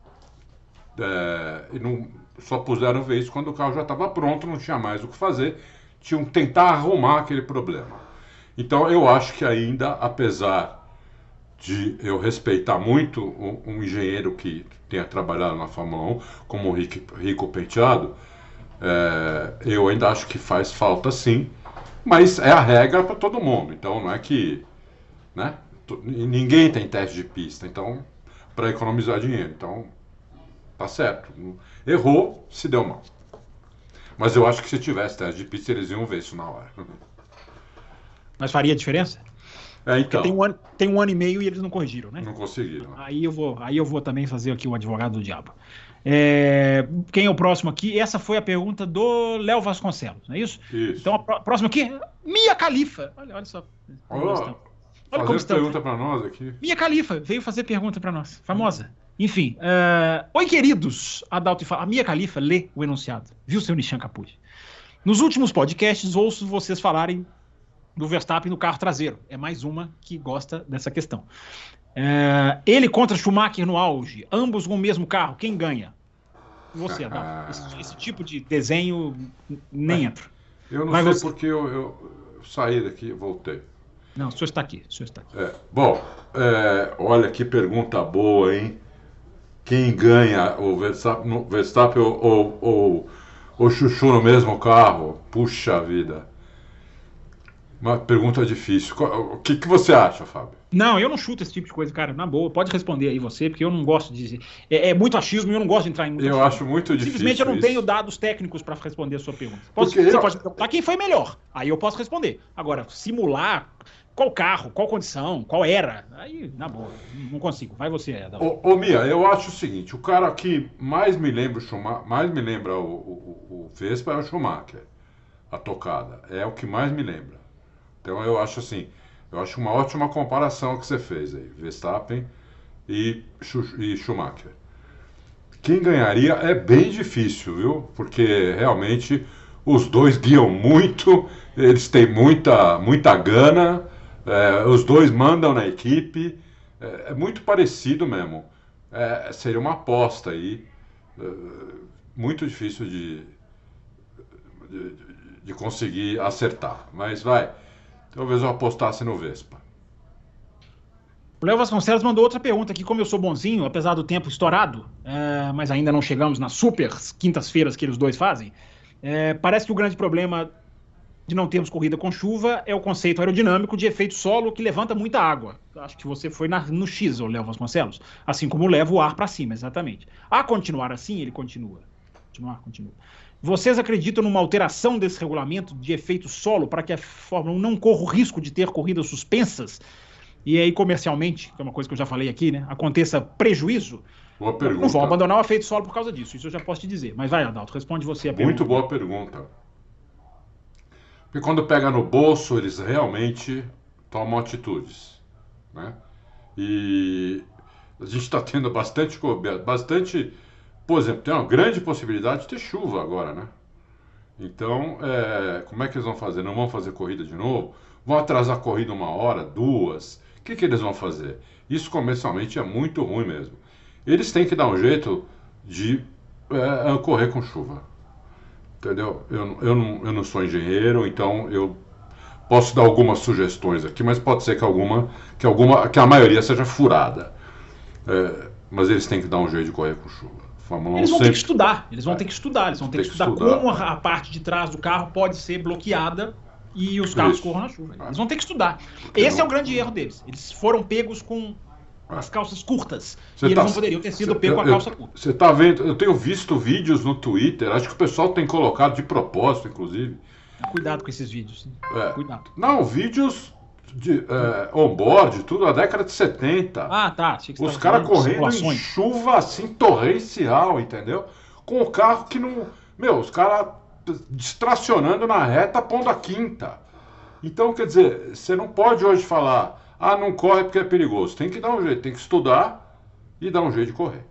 não, só puseram ver isso quando o carro já estava pronto, não tinha mais o que fazer. Tinham que tentar arrumar aquele problema. Então eu acho que ainda, apesar de eu respeitar muito um engenheiro que tenha trabalhado na Fórmula 1, como o Rico Penteado, eu ainda acho que faz falta sim, mas é a regra para todo mundo, então não é que, né, ninguém tem teste de pista, então, para economizar dinheiro, então tá certo, errou, se deu mal. Mas eu acho que se tivesse teste de pista eles iam ver isso na hora. Mas faria diferença? Então. Tem um ano e meio e eles não corrigiram, né? Não conseguiram. Aí eu vou também fazer aqui o advogado do diabo. Quem é o próximo aqui? Essa foi a pergunta do Léo Vasconcelos, não é isso? Isso. Então, a próxima aqui, Mia Khalifa. Olha só. Olha como estamos. Pergunta para nós aqui. Mia Khalifa veio fazer pergunta para nós. Famosa. Enfim. Oi, queridos. A Mia Khalifa lê o enunciado. Viu, seu Nishan Capuz? Nos últimos podcasts, ouço vocês falarem do Verstappen no carro traseiro. É mais uma que gosta dessa questão. Ele contra Schumacher no auge, ambos com o mesmo carro, quem ganha? Você, Adalto. Esse tipo de desenho nem entra. Eu não sei porque eu saí daqui e voltei. Não, o senhor está aqui. Bom, olha que pergunta boa, hein? Quem ganha, o Verstappen ou o Chuchu no mesmo carro? Puxa vida. Uma pergunta difícil. O que você acha, Fábio? Não, eu não chuto esse tipo de coisa, cara. Na boa, pode responder aí você, porque eu não gosto de dizer. É muito achismo e eu não gosto de entrar em muito achismo. Acho muito difícil. Simplesmente eu não tenho dados técnicos para responder a sua pergunta. Você pode me perguntar quem foi melhor. Aí eu posso responder. Agora, simular qual carro, qual condição, qual era. Aí, na boa, não consigo. Vai você, Adalto. Ô, Mia, eu acho o seguinte: o cara que mais me lembra o Vespa é o Schumacher. A tocada. É o que mais me lembra. Então eu acho assim, uma ótima comparação que você fez aí, Verstappen e Schumacher. Quem ganharia é bem difícil, viu? Porque realmente os dois guiam muito, eles têm muita gana, os dois mandam na equipe, é muito parecido mesmo. Seria uma aposta aí, muito difícil de conseguir acertar, mas vai. Talvez eu apostasse no Vespa. O Léo Vasconcelos mandou outra pergunta aqui. Como eu sou bonzinho, apesar do tempo estourado, mas ainda não chegamos nas super quintas-feiras que eles dois fazem, parece que o grande problema de não termos corrida com chuva é o conceito aerodinâmico de efeito solo que levanta muita água. Acho que você foi no X, o Léo Vasconcelos. Assim como leva o ar para cima, exatamente. A continuar assim, ele continua. Continua. Vocês acreditam numa alteração desse regulamento de efeito solo para que a Fórmula 1 não corra o risco de ter corridas suspensas? E aí, comercialmente, que é uma coisa que eu já falei aqui, né? Aconteça prejuízo? Boa pergunta. Não vão abandonar o efeito solo por causa disso, isso eu já posso te dizer. Mas vai, Adalto, responde você a pergunta. Muito boa pergunta. Porque quando pega no bolso, eles realmente tomam atitudes, né? E a gente está tendo bastante... Por exemplo, tem uma grande possibilidade de ter chuva agora, né? Então, como é que eles vão fazer? Não vão fazer corrida de novo? Vão atrasar a corrida 1 hora, 2? O que eles vão fazer? Isso comercialmente é muito ruim mesmo. Eles têm que dar um jeito de correr com chuva. Entendeu? Eu não sou engenheiro, então eu posso dar algumas sugestões aqui, mas pode ser que a maioria seja furada. Mas eles têm que dar um jeito de correr com chuva. Eles vão ter que estudar, eles vão ter que estudar como a parte de trás do carro pode ser bloqueada e os carros corram na chuva. Eles vão ter que estudar. Esse é o grande erro deles. Eles foram pegos com as calças curtas. Eles não poderiam ter sido pegos com a calça curta. Você tá vendo? Eu tenho visto vídeos no Twitter, acho que o pessoal tem colocado de propósito, inclusive. Cuidado com esses vídeos. Cuidado. Não, vídeos on-board, tudo na década de 70. Ah, tá. Os caras correndo em chuva assim, torrencial, entendeu? Com o carro que não... os caras distracionando na reta, pondo a quinta. Então, quer dizer, você não pode hoje falar, não corre porque é perigoso. Tem que dar um jeito, tem que estudar e dar um jeito de correr.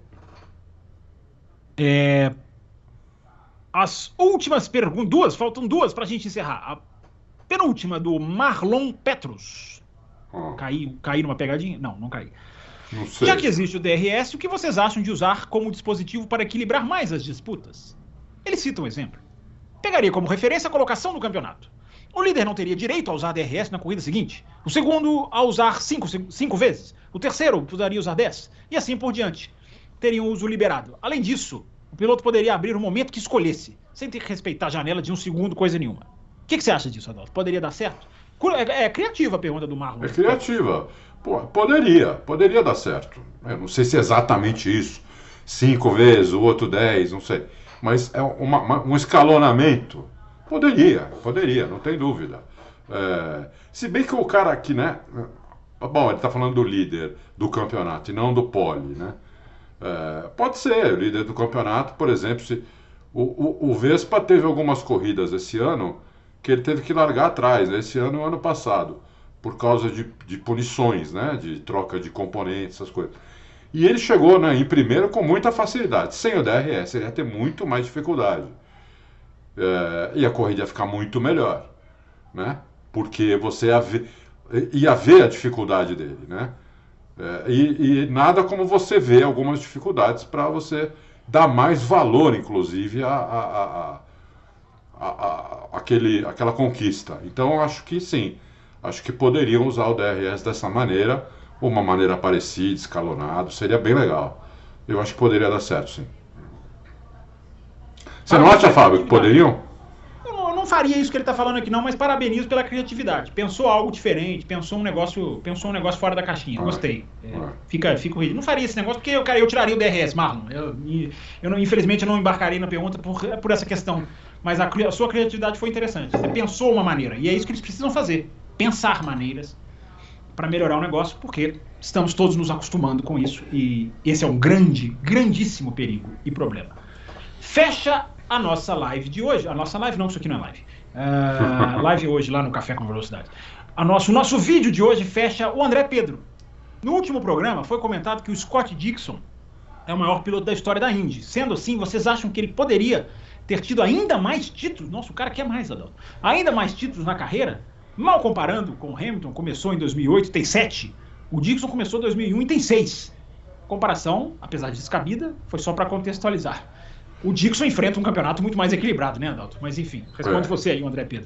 As últimas perguntas, faltam duas pra gente encerrar. A penúltima, do Marlon Petrus. Caí numa pegadinha? Não caí. Não sei. Já que existe o DRS, o que vocês acham de usar como dispositivo para equilibrar mais as disputas? Ele cita um exemplo. Pegaria como referência a colocação no campeonato. O líder não teria direito a usar DRS na corrida seguinte. O segundo a usar 5 vezes. O terceiro poderia usar 10. E assim por diante. Teriam uso liberado. Além disso, o piloto poderia abrir o momento que escolhesse, sem ter que respeitar a janela de 1 segundo, coisa nenhuma. O que você acha disso, Adalto? Poderia dar certo? É criativa a pergunta do Marlon. É criativa. Poderia dar certo. Eu não sei se é exatamente isso. 5 vezes, o outro 10, não sei. Mas é um escalonamento. Poderia, não tem dúvida. Se bem que o cara aqui, né? Bom, ele está falando do líder do campeonato e não do pole, né? Pode ser, o líder do campeonato, por exemplo, se o Vespa teve algumas corridas esse ano que ele teve que largar atrás, né? Esse ano e o ano passado, por causa de punições, né? De troca de componentes, essas coisas. E ele chegou, né, em primeiro com muita facilidade. Sem o DRS, ele ia ter muito mais dificuldade. E a corrida ia ficar muito melhor, né? Porque você ia ver a dificuldade dele, né? E nada como você ver algumas dificuldades para você dar mais valor, inclusive, àquela conquista. Então, acho que sim. Acho que poderiam usar o DRS dessa maneira, ou uma maneira parecida, escalonado. Seria bem legal. Eu acho que poderia dar certo, sim. Você não acha, Fábio, que poderiam? Eu não faria isso que ele está falando aqui, não, mas parabenizo pela criatividade. Pensou algo diferente, pensou um negócio fora da caixinha. Gostei. Fica ruim. Não faria esse negócio porque eu tiraria o DRS, Marlon. Infelizmente, eu não embarcaria na pergunta por essa questão. Mas a sua criatividade foi interessante. Você pensou uma maneira. E é isso que eles precisam fazer. Pensar maneiras para melhorar o negócio, porque estamos todos nos acostumando com isso. E esse é um grandíssimo perigo e problema. Fecha a nossa live de hoje. A nossa live não, isso aqui não é live. Live hoje lá no Café com Velocidade. O nosso vídeo de hoje fecha o André Pedro. No último programa foi comentado que o Scott Dixon é o maior piloto da história da Indy. Sendo assim, vocês acham que ele poderia ter tido ainda mais títulos? Nossa, o cara quer mais, Adalto. Ainda mais títulos na carreira? Mal comparando com o Hamilton, começou em 2008, tem 7. O Dixon começou em 2001 e tem 6. Comparação, apesar de descabida, foi só para contextualizar. O Dixon enfrenta um campeonato muito mais equilibrado, né, Adalto? Mas enfim, responde você aí, o André Pedro.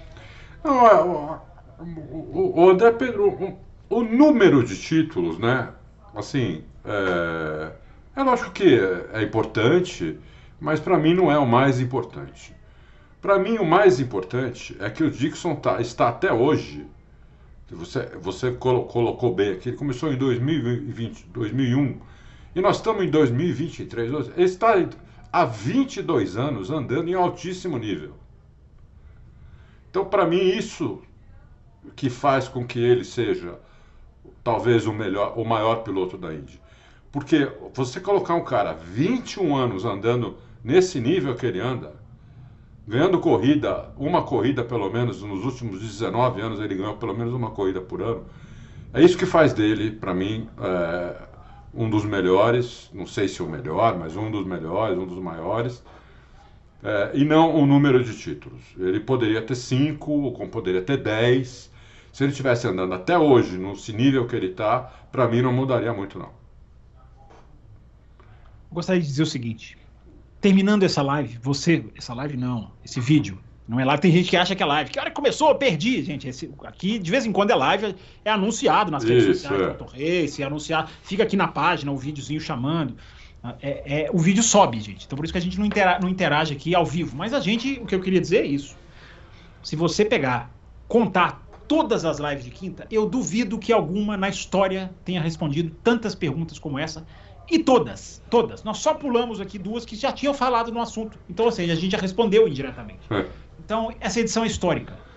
O André Pedro, o número de títulos, né? Assim, é lógico que é importante, mas para mim não é o mais importante. Para mim o mais importante é que o Dixon está até hoje. Você colocou bem aqui, ele começou em 2001 e nós estamos em 2023. Ele está há 22 anos andando em altíssimo nível. Então, para mim, isso que faz com que ele seja talvez o maior piloto da Indy. Porque você colocar um cara 21 anos andando nesse nível que ele anda, ganhando uma corrida pelo menos, nos últimos 19 anos ele ganhou pelo menos uma corrida por ano, é isso que faz dele, para mim, um dos melhores, não sei se o melhor, mas um dos melhores, um dos maiores, e não o número de títulos. Ele poderia ter 5, ou poderia ter 10. Se ele estivesse andando até hoje, nesse nível que ele está, para mim não mudaria muito, não. Gostaria de dizer o seguinte, terminando essa live, esse vídeo, não é live, tem gente que acha que é live, que hora que começou, eu perdi, gente, aqui de vez em quando é live, é anunciado nas redes sociais do Auto Race, é anunciado, fica aqui na página, o videozinho chamando, o vídeo sobe, gente, então por isso que a gente não interage aqui ao vivo, mas o que eu queria dizer é isso, se você contar todas as lives de quinta, eu duvido que alguma na história tenha respondido tantas perguntas como essa. E todas. Nós só pulamos aqui 2 que já tinham falado no assunto. Então, ou seja, a gente já respondeu indiretamente. Então, essa edição é histórica.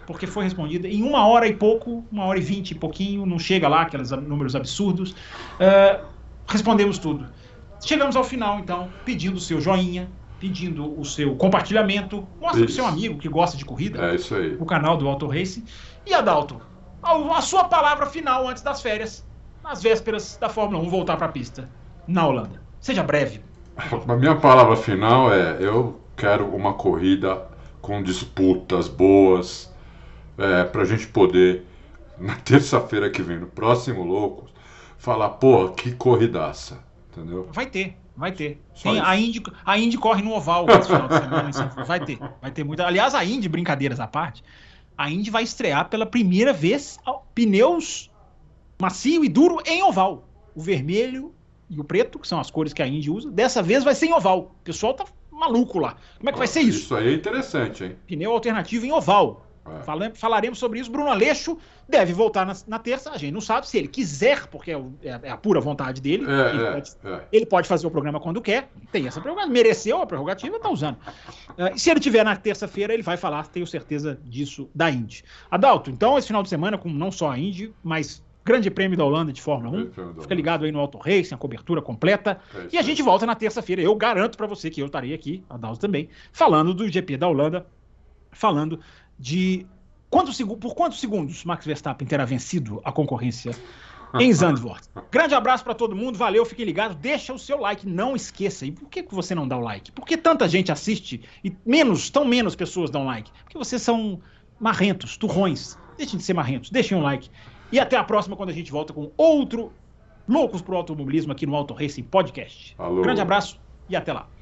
porque foi respondida em 1 hora e pouco, 1 hora e 20 e pouquinho, não chega lá aqueles números absurdos. Respondemos tudo. Chegamos ao final, então, pedindo o seu joinha, pedindo o seu compartilhamento, mostra pro seu amigo que gosta de corrida, isso aí, o canal do Auto Racing. E Adalto, a sua palavra final antes das férias, nas vésperas da Fórmula 1 voltar para a pista na Holanda. Seja breve. A minha palavra final é: eu quero uma corrida com disputas boas, para a gente poder, na terça-feira que vem, no próximo Loucos, falar, pô, que corridaça, entendeu? Vai ter. Tem, a Indy corre no oval esse final de semana. Vai ter muita. Aliás, a Indy, brincadeiras à parte, a Indy vai estrear pela primeira vez pneus macio e duro em oval. O vermelho e o preto, que são as cores que a Indy usa, dessa vez vai ser em oval. O pessoal tá maluco lá. Como é que vai ser isso? Isso aí é interessante, hein? Pneu alternativo em oval. Falaremos sobre isso. Bruno Aleixo deve voltar na terça. A gente não sabe se ele quiser, porque é a pura vontade dele. Ele pode fazer o programa quando quer. Tem essa prerrogativa. Mereceu a prerrogativa, tá usando. E se ele tiver na terça-feira, ele vai falar, tenho certeza disso, da Indy. Adalto, então, esse final de semana, com não só a Indy, mas Grande Prêmio da Holanda de Fórmula 1. Fica ligado aí no Auto Racing, a cobertura completa. E a gente volta na terça-feira. Eu garanto para você que eu estarei aqui, Adalto também, falando do GP da Holanda, falando de por quantos segundos Max Verstappen terá vencido a concorrência em Zandvoort. Grande abraço para todo mundo, valeu, fiquem ligados, deixa o seu like, não esqueça. E por que você não dá o like? Por que tanta gente assiste e tão menos pessoas dão like? Porque vocês são marrentos, turrões. Deixem de ser marrentos, deixem um like. E até a próxima, quando a gente volta com outro Loucos pro Automobilismo aqui no Auto Racing Podcast. Alô. Grande abraço e até lá.